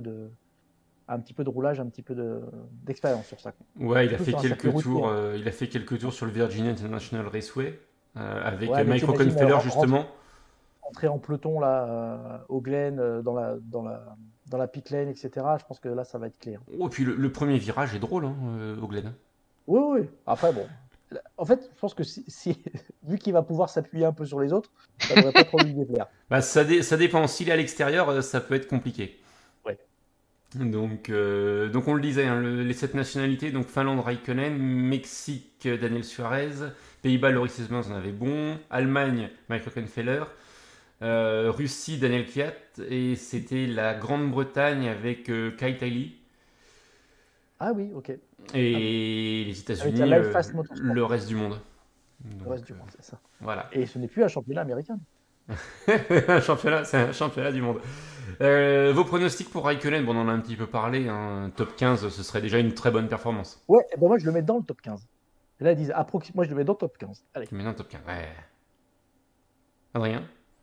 un petit peu de roulage, un petit peu d'expérience sur ça. ouais, il a Surtout fait sur un circuit quelques routier. tours. Hein. Il a fait quelques tours sur le Virginia International Raceway avec Ouais, mais Mike t'imagines Rockenfeller justement. rentrer en peloton là, au Glen, dans la pit lane, etc. Je pense que là, ça va être clé. Hein. Oh, et puis le premier virage est drôle, hein, au Glen. Oui, oui. Après, bon. En fait, je pense que vu qu'il va pouvoir s'appuyer un peu sur les autres, ça devrait pas trop lui déplaire. Bah, ça dépend. S'il est à l'extérieur, ça peut être compliqué. Ouais. Donc on le disait, hein, les 7 nationalités, donc Finlande, Raikkonen, Mexique, Daniel Suarez, Pays-Bas, Loris Hezmans en avait bon, Allemagne, Mike Rockenfeller, Russie, Daniel Kvyat, et c'était la Grande-Bretagne avec Kai Taili, Ah oui, ok. et Ah les Avec États-Unis, la Life Fast Motorsport, le reste du monde. le reste du monde, c'est ça. Voilà. Et ce n'est plus un championnat américain. C'est un championnat du monde. Vos pronostics pour Raikkonen, bon, on en a un petit peu parlé, hein, top 15, ce serait déjà une très bonne performance. Ouais, et ben moi je le mets dans le top 15. Et là ils disent moi je le mets dans le top 15. Allez. Maintenant, top 15. Ouais. Adrien?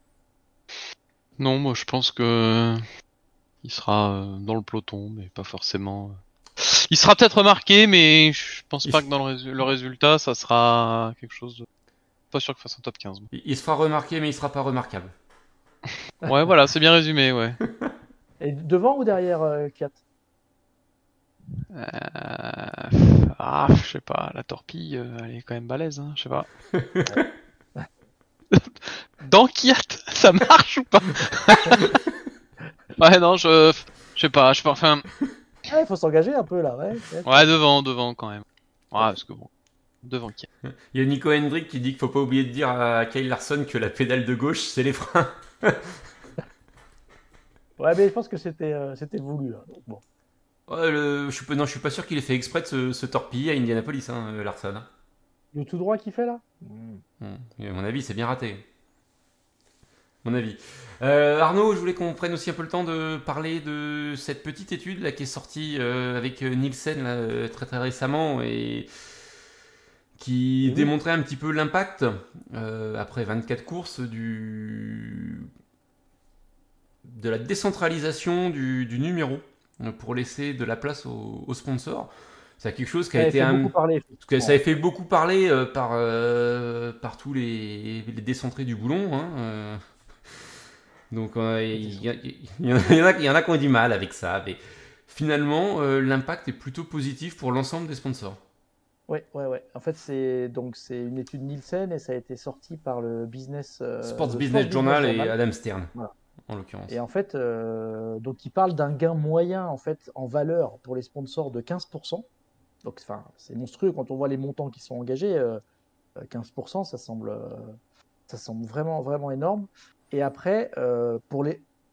Non, moi je pense que il sera dans le peloton, mais pas forcément. Il sera peut-être remarqué, mais je pense pas que dans le résultat, ça sera quelque chose de... Pas sûr qu'il fasse un top 15. moi. Il se fera remarquer, mais il sera pas remarquable. Ouais, voilà, c'est bien résumé, ouais. Et devant ou derrière Kiat? Je sais pas, la torpille, elle est quand même balèze, hein, je sais pas. Dans Kiat, ça marche ou pas? Ouais, non, je sais pas, enfin, Ah, il faut s'engager un peu là, ouais. ouais, devant quand même. Ouais, parce que bon, devant Kiat. Il y a Nico Hendrick qui dit qu'il faut pas oublier de dire à Kyle Larson que la pédale de gauche, c'est les freins. Ouais, mais je pense que c'était voulu. Hein. Donc, bon. Ouais, je suis pas sûr qu'il ait fait exprès de se torpiller à Indianapolis, hein, Larson. Le tout droit qu'il fait là Et à mon avis, c'est bien raté. Mon avis. Arnaud, je voulais qu'on prenne aussi un peu le temps de parler de cette petite étude là qui est sortie avec Nielsen là, très très récemment et qui Oui. démontrait un petit peu l'impact après 24 courses de la décentralisation du numéro pour laisser de la place aux sponsors. C'est quelque chose qui a Ça été fait beaucoup parler. parce que ça a fait beaucoup parler par tous les décentrés du boulon. Hein. Donc il y en a qui ont du mal avec ça. Mais finalement, l'impact est plutôt positif pour l'ensemble des sponsors. Ouais. En fait, c'est une étude Nielsen et ça a été sorti par le Sports Business Journal et Adam Stern, Voilà. en l'occurrence. Et en fait, donc il parle d'un gain moyen en fait en valeur pour les sponsors de 15%. Donc, enfin, c'est monstrueux quand on voit les montants qui sont engagés. 15%, ça semble vraiment, vraiment énorme. Et après,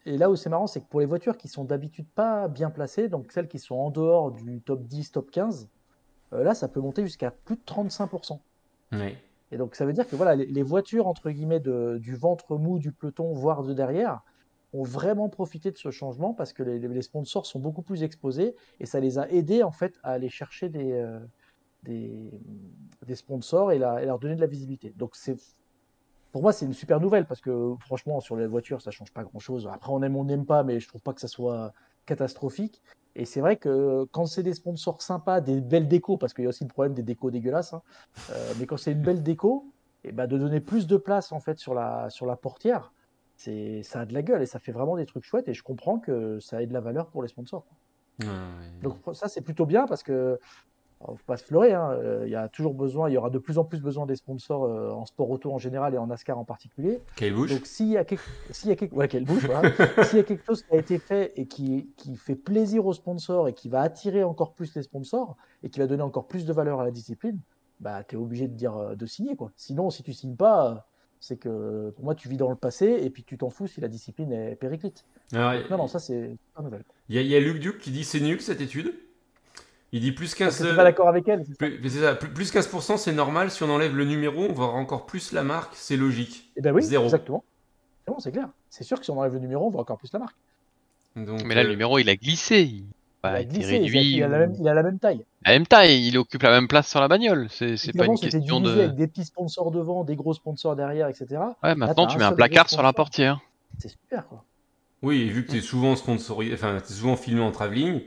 Et là où c'est marrant, c'est que pour les voitures qui sont d'habitude pas bien placées, donc celles qui sont en dehors du top 10, top 15, là, ça peut monter jusqu'à plus de 35%. Ouais. Et donc, ça veut dire que voilà, les voitures, entre guillemets, du ventre mou du peloton, voire de derrière, ont vraiment profité de ce changement parce que les sponsors sont beaucoup plus exposés et ça les a aidés, en fait, à aller chercher des, des sponsors et leur donner de la visibilité. Donc, pour moi, c'est une super nouvelle parce que franchement, sur les voitures, ça change pas grand-chose. Après, on n'aime pas, mais je trouve pas que ça soit catastrophique. Et c'est vrai que quand c'est des sponsors sympas, des belles décos, parce qu'il y a aussi le problème des décos dégueulasses, hein, mais quand c'est une belle déco, et ben de donner plus de place en fait sur la portière, ça a de la gueule et ça fait vraiment des trucs chouettes. Et je comprends que ça ait de la valeur pour les sponsors. Ouais. Donc ça, c'est plutôt bien parce que faut pas se leurrer, hein, il y a toujours besoin, il y aura de plus en plus besoin des sponsors en sport auto en général et en NASCAR en particulier. Kyle Busch. Donc ouais, quelle bouche, voilà. S'il y a quelque chose qui a été fait et qui fait plaisir aux sponsors et qui va attirer encore plus les sponsors et qui va donner encore plus de valeur à la discipline, bah tu es obligé de dire de signer quoi. Sinon, si tu signes pas, c'est que pour moi tu vis dans le passé et puis tu t'en fous si la discipline est périclite. Alors, Donc, non, ça c'est pas nouvelle. il y a Luc Duke qui dit c'est nul cette étude. Il dit plus Parce 15, que t'es pas d'accord avec elle, c'est ça? c'est ça, plus 15%, c'est normal. Si on enlève le numéro, on va avoir encore plus la marque. C'est logique. Eh ben oui, Zéro. exactement. C'est bon, c'est clair. C'est sûr que si on enlève le numéro, on voit encore plus la marque. Donc, Mais là, le numéro, il a glissé. Il Il a a été glissé, réduit. il a ou- la même taille. À la même taille, il occupe la même place sur la bagnole. C'est pas Avant, une c'était question divisé de. avec des petits sponsors devant, des gros sponsors derrière, etc. Ouais, Là, maintenant, t'as tu un mets un seul gros placard sur la sponsor. portière. C'est super, quoi. oui, et vu que tu es souvent sponsorisé, enfin, t'es souvent filmé en travelling,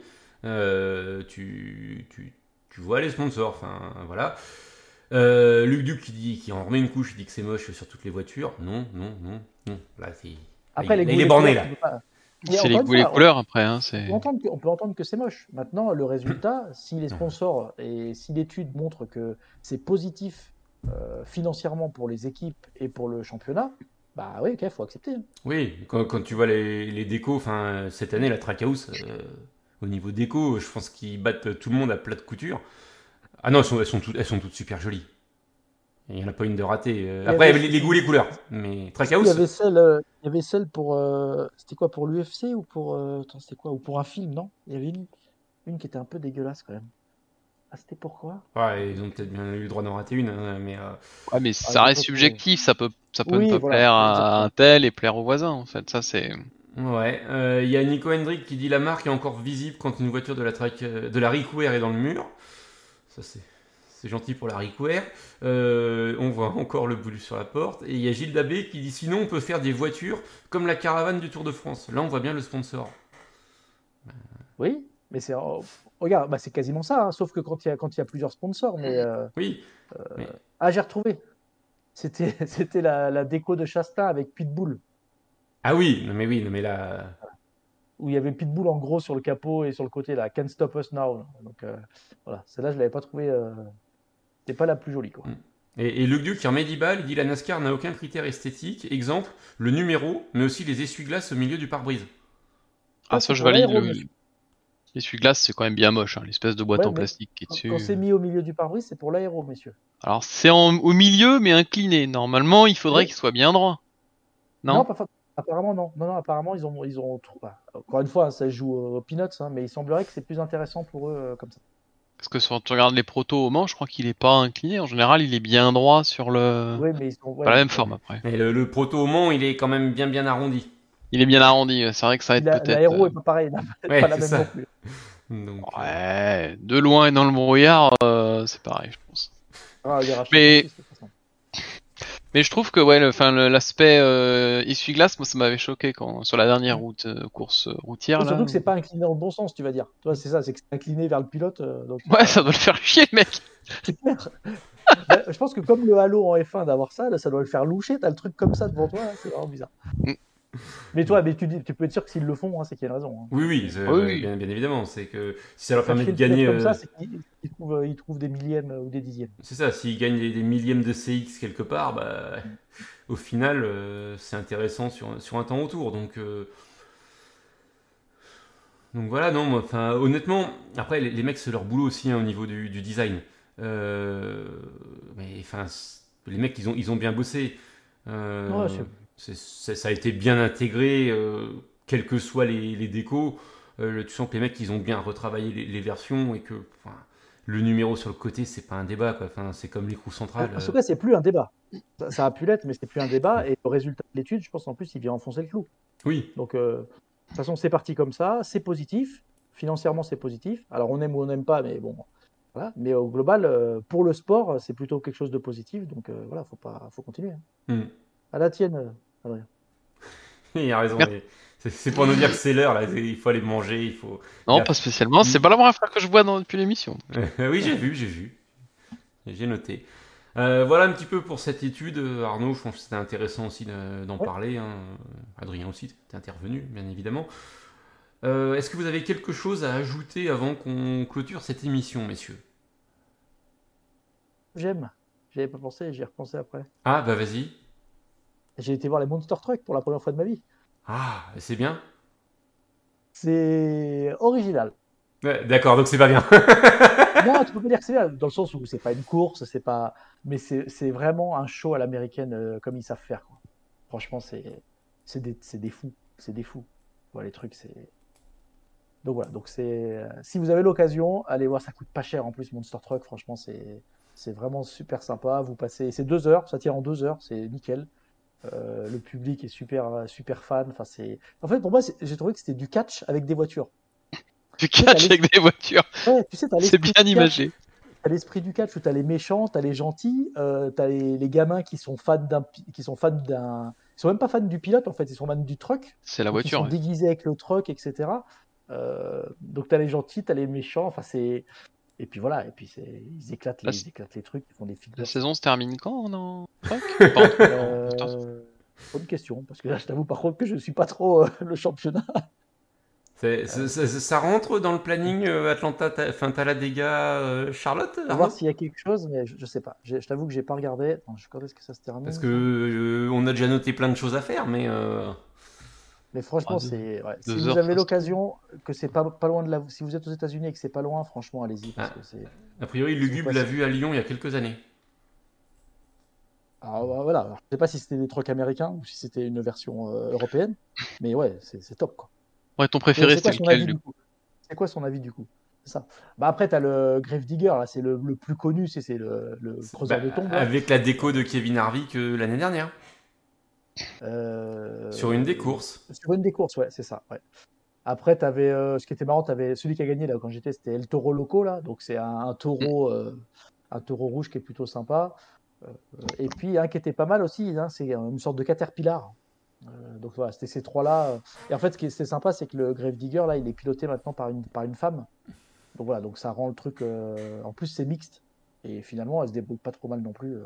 tu vois les sponsors. Enfin, voilà. Luc Duc qui en remet une couche, il dit que c'est moche sur toutes les voitures. Non, non, non, non. Là, Après, les il goûts et est les borné couleurs, là. tu peux pas. Mais C'est les encore une goûts et les fois, couleurs après. Hein, on peut entendre que c'est moche. Maintenant, le résultat, si les sponsors et si l'étude montre que c'est positif financièrement pour les équipes et pour le championnat, bah oui, ok, faut accepter. Oui, quand tu vois les décos, enfin, cette année, la Trackhouse, au niveau déco, je pense qu'ils battent tout le monde à plat de couture. Ah non, elles sont toutes super jolies. Il n'y en a pas une de ratée. Il y Après, avait, les goûts, les couleurs. Mais il y Trackhouse, avait il y avait celle pour, c'était quoi, pour l'UFC ou pour, attends, c'était quoi, ou pour un film, non? Il y avait une qui était un peu dégueulasse quand même. Ah, c'était pourquoi? ouais, ils ont peut-être bien eu le droit d'en rater une, hein, mais Ouais, mais Ah, ça j'ai reste pas trouvé. subjectif. Ça peut ne Oui, pas voilà, plaire à exactement. un tel et plaire au voisin. En fait, ça c'est. ouais. Il y a Nico Hendrick qui dit la marque est encore visible quand une voiture de la Rickware est dans le mur. Ça, c'est gentil pour la Rickware. On voit encore le bout sur la porte. Et il y a Gilles Dabé qui dit sinon on peut faire des voitures comme la caravane du Tour de France. Là, on voit bien le sponsor. Oui, mais regarde, bah, c'est quasiment ça, hein, sauf que quand il y a plusieurs sponsors. Mais Oui, mais ah, j'ai retrouvé. C'était la déco de Shasta avec Pitbull, ah oui, non mais là, où il y avait Pitbull en gros sur le capot et sur le côté là, Can't Stop Us Now. Donc voilà, celle-là je l'avais pas trouvée. C'était pas la plus jolie quoi. et Luc Duc qui remet 10 balles, il dit la NASCAR n'a aucun critère esthétique. Exemple, le numéro, mais aussi les essuie-glaces au milieu du pare-brise. Ah, C'est ça je pour valide. l'aéro, monsieur. L'essuie-glace, c'est quand même bien moche. Hein, l'espèce de boîte Ouais, en mais plastique qui est quand dessus. c'est mis au milieu du pare-brise, c'est pour l'aéro, messieurs. Alors c'est au milieu, mais incliné. Normalement, il faudrait Oui. qu'il soit bien droit. Non, Non? apparemment non. Non, non, apparemment ils ont encore une fois, hein, ça se joue aux peanuts, hein, mais il semblerait que c'est plus intéressant pour eux comme ça. Parce que quand tu regardes les protos au Mans, je crois qu'il est pas incliné. En général, il est bien droit sur le. Oui, mais ils sont, Pas ouais, la même ouais. forme après. Mais le proto au Mans, il est quand même bien arrondi. Il est bien arrondi. Ouais, c'est vrai que ça Puis aide peut-être. l'aéro est pas pareil, Ouais, pas la c'est même ça. non plus. Donc, Ouais, de loin et dans le brouillard, c'est pareil, je pense. Ah, les rachats Mais, sont suisses, de toute façon. mais je trouve que ouais, l'aspect essuie-glace, moi ça m'avait choqué quand sur la dernière course routière Oui, là. surtout que c'est pas incliné dans le bon sens, tu vas dire. Toi, c'est ça, c'est que c'est incliné vers le pilote, donc c'est Ouais, pas- ça doit le faire chier le mec. c'est clair. Ben, je pense que comme le halo en F1 d'avoir ça, là, ça doit le faire loucher. T'as le truc comme ça devant toi, là, c'est vraiment bizarre. Mm. Mais tu peux être sûr que s'ils le font, hein, c'est qu'il y a une raison. Hein. oui, Oui. bien évidemment. C'est que si ça leur Faire permet chier de le pilote gagner. comme ça, c'est qu'ils trouvent des millièmes ou des dixièmes. C'est ça, s'ils gagnent des millièmes de CX quelque part, bah, au final, c'est intéressant sur un temps autour. Donc voilà, non, enfin, honnêtement, après, les mecs, c'est leur boulot aussi hein, au niveau du design. Mais enfin, les mecs, ils ont bien bossé. Ouais, Ça a été bien intégré. quels que soient les décos, tu sens que les mecs, ils ont bien retravaillé les versions et que enfin, le numéro sur le côté, c'est pas un débat, quoi. Enfin, c'est comme l'écrou central. En tout cas, c'est plus un débat. Ça a pu l'être, mais c'est plus un débat. Et le résultat de l'étude, je pense en plus, il vient enfoncer le clou. Oui, Donc, de toute façon, c'est parti comme ça. C'est positif. Financièrement, c'est positif. Alors, on aime ou on n'aime pas, mais bon, voilà. Mais au global, pour le sport, c'est plutôt quelque chose de positif. Donc, voilà, faut continuer. Hein. Hmm. À la tienne, Adrien. Il a raison. Merci. mais c'est pour nous dire que c'est l'heure, là. Il faut aller manger, il faut. Non, Là. pas spécialement. C'est pas la première fois que je bois depuis l'émission. Oui, j'ai vu. J'ai noté. Voilà un petit peu pour cette étude. Arnaud, je pense que c'était intéressant aussi d'en Ouais. parler. Hein. Adrien aussi, t'es intervenu, bien évidemment. Est-ce que vous avez quelque chose à ajouter avant qu'on clôture cette émission, messieurs? J'aime. J'y avais pas pensé, j'y ai repensé après. Ah, bah vas-y. J'ai été voir les Monster Truck pour la première fois de ma vie. Ah, c'est bien. C'est original. Ouais, d'accord, donc c'est pas bien. Non, tu peux pas dire que c'est bien, dans le sens où c'est pas une course, c'est pas, mais c'est vraiment un show à l'américaine comme ils savent faire, quoi. Franchement, c'est des fous, c'est des fous. Voilà, les trucs, c'est. Donc voilà, donc si vous avez l'occasion, allez voir, ça coûte pas cher en plus Monster Truck, franchement, c'est vraiment super sympa. Vous passez, c'est 2 heures, ça tire en 2 heures, c'est nickel. Le public est super fan. Enfin, en fait, pour moi, j'ai trouvé que c'était du catch avec des voitures. Du Tu sais, t'as catch avec des voitures. Ouais, tu sais, t'as C'est l'esprit bien du catch. imagé. T'as l'esprit du catch où t'as les méchants, t'as les gentils, t'as les gamins qui sont fans qui sont fans d'un, ils sont même pas fans du pilote en fait, ils sont fans du truck, C'est la donc ils voiture, sont ouais. déguisés avec le truck, etc. Donc t'as les gentils, t'as les méchants, enfin et puis voilà, et puis ils éclatent les trucs, ils font des La figures. saison se termine quand en truck? Pardon. Bonne question, parce que là je t'avoue par contre que je suis pas trop le championnat. Ça rentre dans le planning Atlanta, enfin Talladega, Charlotte, Faut voir Arnaud? s'il y a quelque chose, mais je sais pas. Je t'avoue que j'ai pas regardé. Attends, quand est-ce que ça se Parce termine que ça. on a déjà noté plein de choses à faire, mais Mais Ah, franchement, si 2 vous heures avez facile. l'occasion, que c'est pas loin de là, si vous êtes aux États-Unis et que c'est pas loin, franchement, allez-y parce ah, que c'est. a priori Si vous Lugub l'a passez. vu à Lyon il y a quelques années. Alors voilà, alors, je sais pas si c'était des trucks américains ou si c'était une version européenne, mais ouais, c'est top quoi. Ouais, ton Mais préféré, c'est quoi c'était son lequel avis du du coup? coup? C'est quoi son avis du coup? C'est ça. Bah après, t'as le Gravedigger, là, c'est le plus connu, c'est le Bah, creuseur de tombes là. avec la déco de Kevin Harvick l'année dernière, sur une des Euh, courses. Sur une des courses, ouais, c'est ça. Ouais. Après, ce qui était marrant, t'avais celui qui a gagné là quand j'étais, c'était El Toro Loco là, donc c'est un taureau rouge qui est plutôt sympa. Et puis un qui était pas mal aussi, hein, c'est une sorte de Caterpillar. Donc voilà, c'était ces trois-là. Et en fait, ce qui est sympa, c'est que le Gravedigger là, il est piloté maintenant par une femme. Donc voilà, donc ça rend le truc. En plus, c'est mixte. Et finalement, elle se débrouille pas trop mal non plus.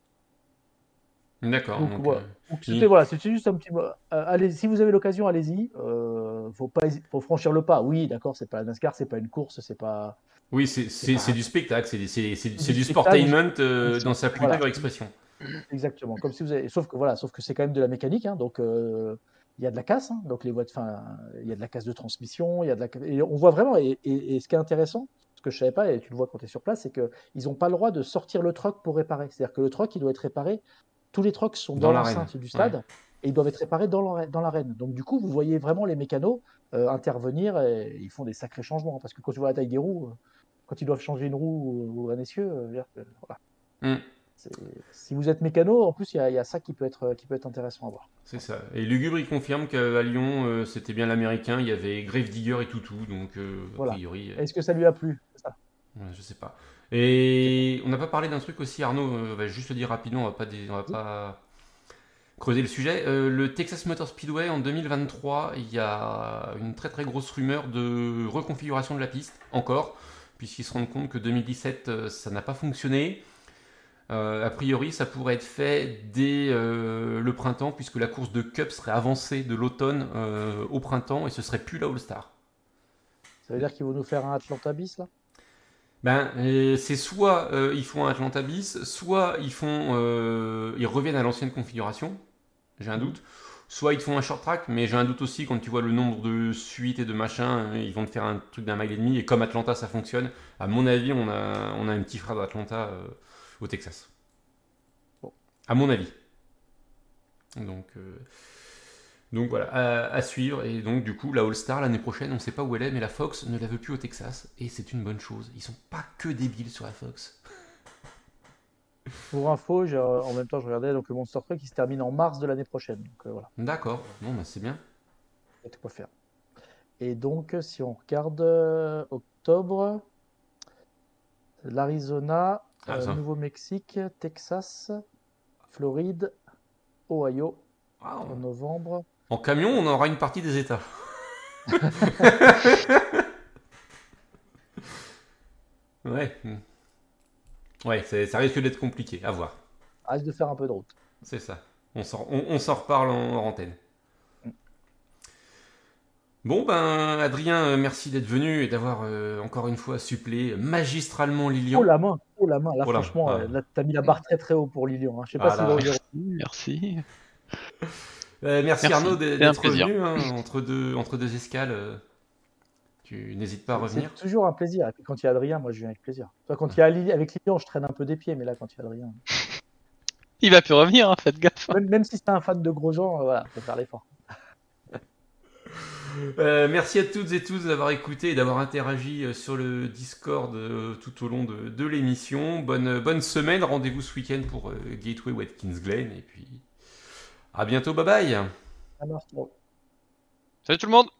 D'accord, Donc donc voilà. Donc il- c'était juste un petit mot. Allez, si vous avez l'occasion, allez-y. Faut franchir le pas. Oui, d'accord, c'est pas la NASCAR, c'est pas une course, oui, c'est c'est pas du spectacle, du c'est du spectacle. sportainment Donc, dans sa plus voilà, pure expression. exactement. Comme si vous avez, sauf que c'est quand même de la mécanique, hein, donc il y a de la casse, hein, donc enfin, il y a de la casse de transmission, et on voit vraiment. Et ce qui est intéressant, ce que je savais pas, et tu le vois quand tu es sur place, c'est que ils n'ont pas le droit de sortir le truck pour réparer. C'est-à-dire que le truck, il doit être réparé. Tous les trucks sont Dans dans l'arène. l'enceinte du Ouais. stade et ils doivent être réparés dans l'arène. Donc du coup, vous voyez vraiment les mécanos intervenir et ils font des sacrés changements. Parce que quand tu vois la taille des roues, quand ils doivent changer une roue ou un essieu, voilà. Hmm, C'est- Si vous êtes mécano, en plus, il y a ça qui peut être intéressant à voir. c'est ça. Et Lugubre, il confirme qu'à Lyon, c'était bien l'américain, il y avait Gravedigger et Toutou, donc a Voilà. priori, Est-ce que ça lui a plu? C'est ça. ouais, je sais pas. C'est ça. Et on n'a pas parlé d'un truc aussi, Arnaud, on va juste le dire rapidement, on va pas creuser le sujet. Le Texas Motor Speedway en 2023, il y a une très très grosse rumeur de reconfiguration de la piste, encore, puisqu'ils se rendent compte que 2017, ça n'a pas fonctionné. A priori, ça pourrait être fait dès le printemps, puisque la course de Cup serait avancée de l'automne au printemps, et ce serait plus la All-Star. Ça veut dire qu'ils vont nous faire un Atlanta bis, là? Ben, c'est soit ils font un Atlanta bis, soit ils reviennent à l'ancienne configuration, j'ai un Mhm. doute. Soit ils te font un short track, mais j'ai un doute aussi quand tu vois le nombre de suites et de machins, ils vont te faire un truc d'un mile et demi. Et comme Atlanta ça fonctionne, à mon avis, on a un petit frère d'Atlanta au Texas. Bon. À mon avis. Donc Donc voilà, à suivre. Et donc du coup, la All-Star l'année prochaine, on ne sait pas où elle est, mais la Fox ne la veut plus au Texas. Et c'est une bonne chose. Ils sont pas que débiles sur la Fox. Pour info, en même temps, je regardais donc le Monster Truck qui se termine en mars de l'année prochaine. Donc voilà, D'accord, bon bah c'est bien. il y a de quoi faire. Et donc, si on regarde octobre, l'Arizona, Ah, ça. Nouveau-Mexique, Texas, Floride, Ohio Ah, en novembre. en camion, on aura une partie des États. Ouais. Ouais, ça risque d'être compliqué, à voir. Reste de faire un peu de route. C'est ça. On s'en reparle en antenne. Bon ben, Adrien, merci d'être venu et d'avoir encore une fois supplé magistralement Lilian. Oh la main, oh la main. Là, Oh la main, franchement, ah. là, t'as mis la barre très très haut pour Lilian. Hein. Je sais pas Ah s'il là. va oser revenir. Merci. Merci Merci, Arnaud c'est un d'être plaisir. revenu hein, entre deux escales. Tu n'hésites pas à revenir. C'est toujours un plaisir. Et puis quand il y a Adrien, moi je viens avec plaisir. Toi, quand il y a avec Lilian, je traîne un peu des pieds, mais là, quand il y a Adrien, Il va plus revenir, hein, faites gaffe. même si c'est un fan de Grosjean, voilà, faut faire l'effort. Merci à toutes et tous d'avoir écouté et d'avoir interagi sur le Discord tout au long de l'émission. Bonne semaine, rendez-vous ce week-end pour Gateway Watkins Glen et puis à bientôt, bye bye. Ça marche trop. Salut tout le monde.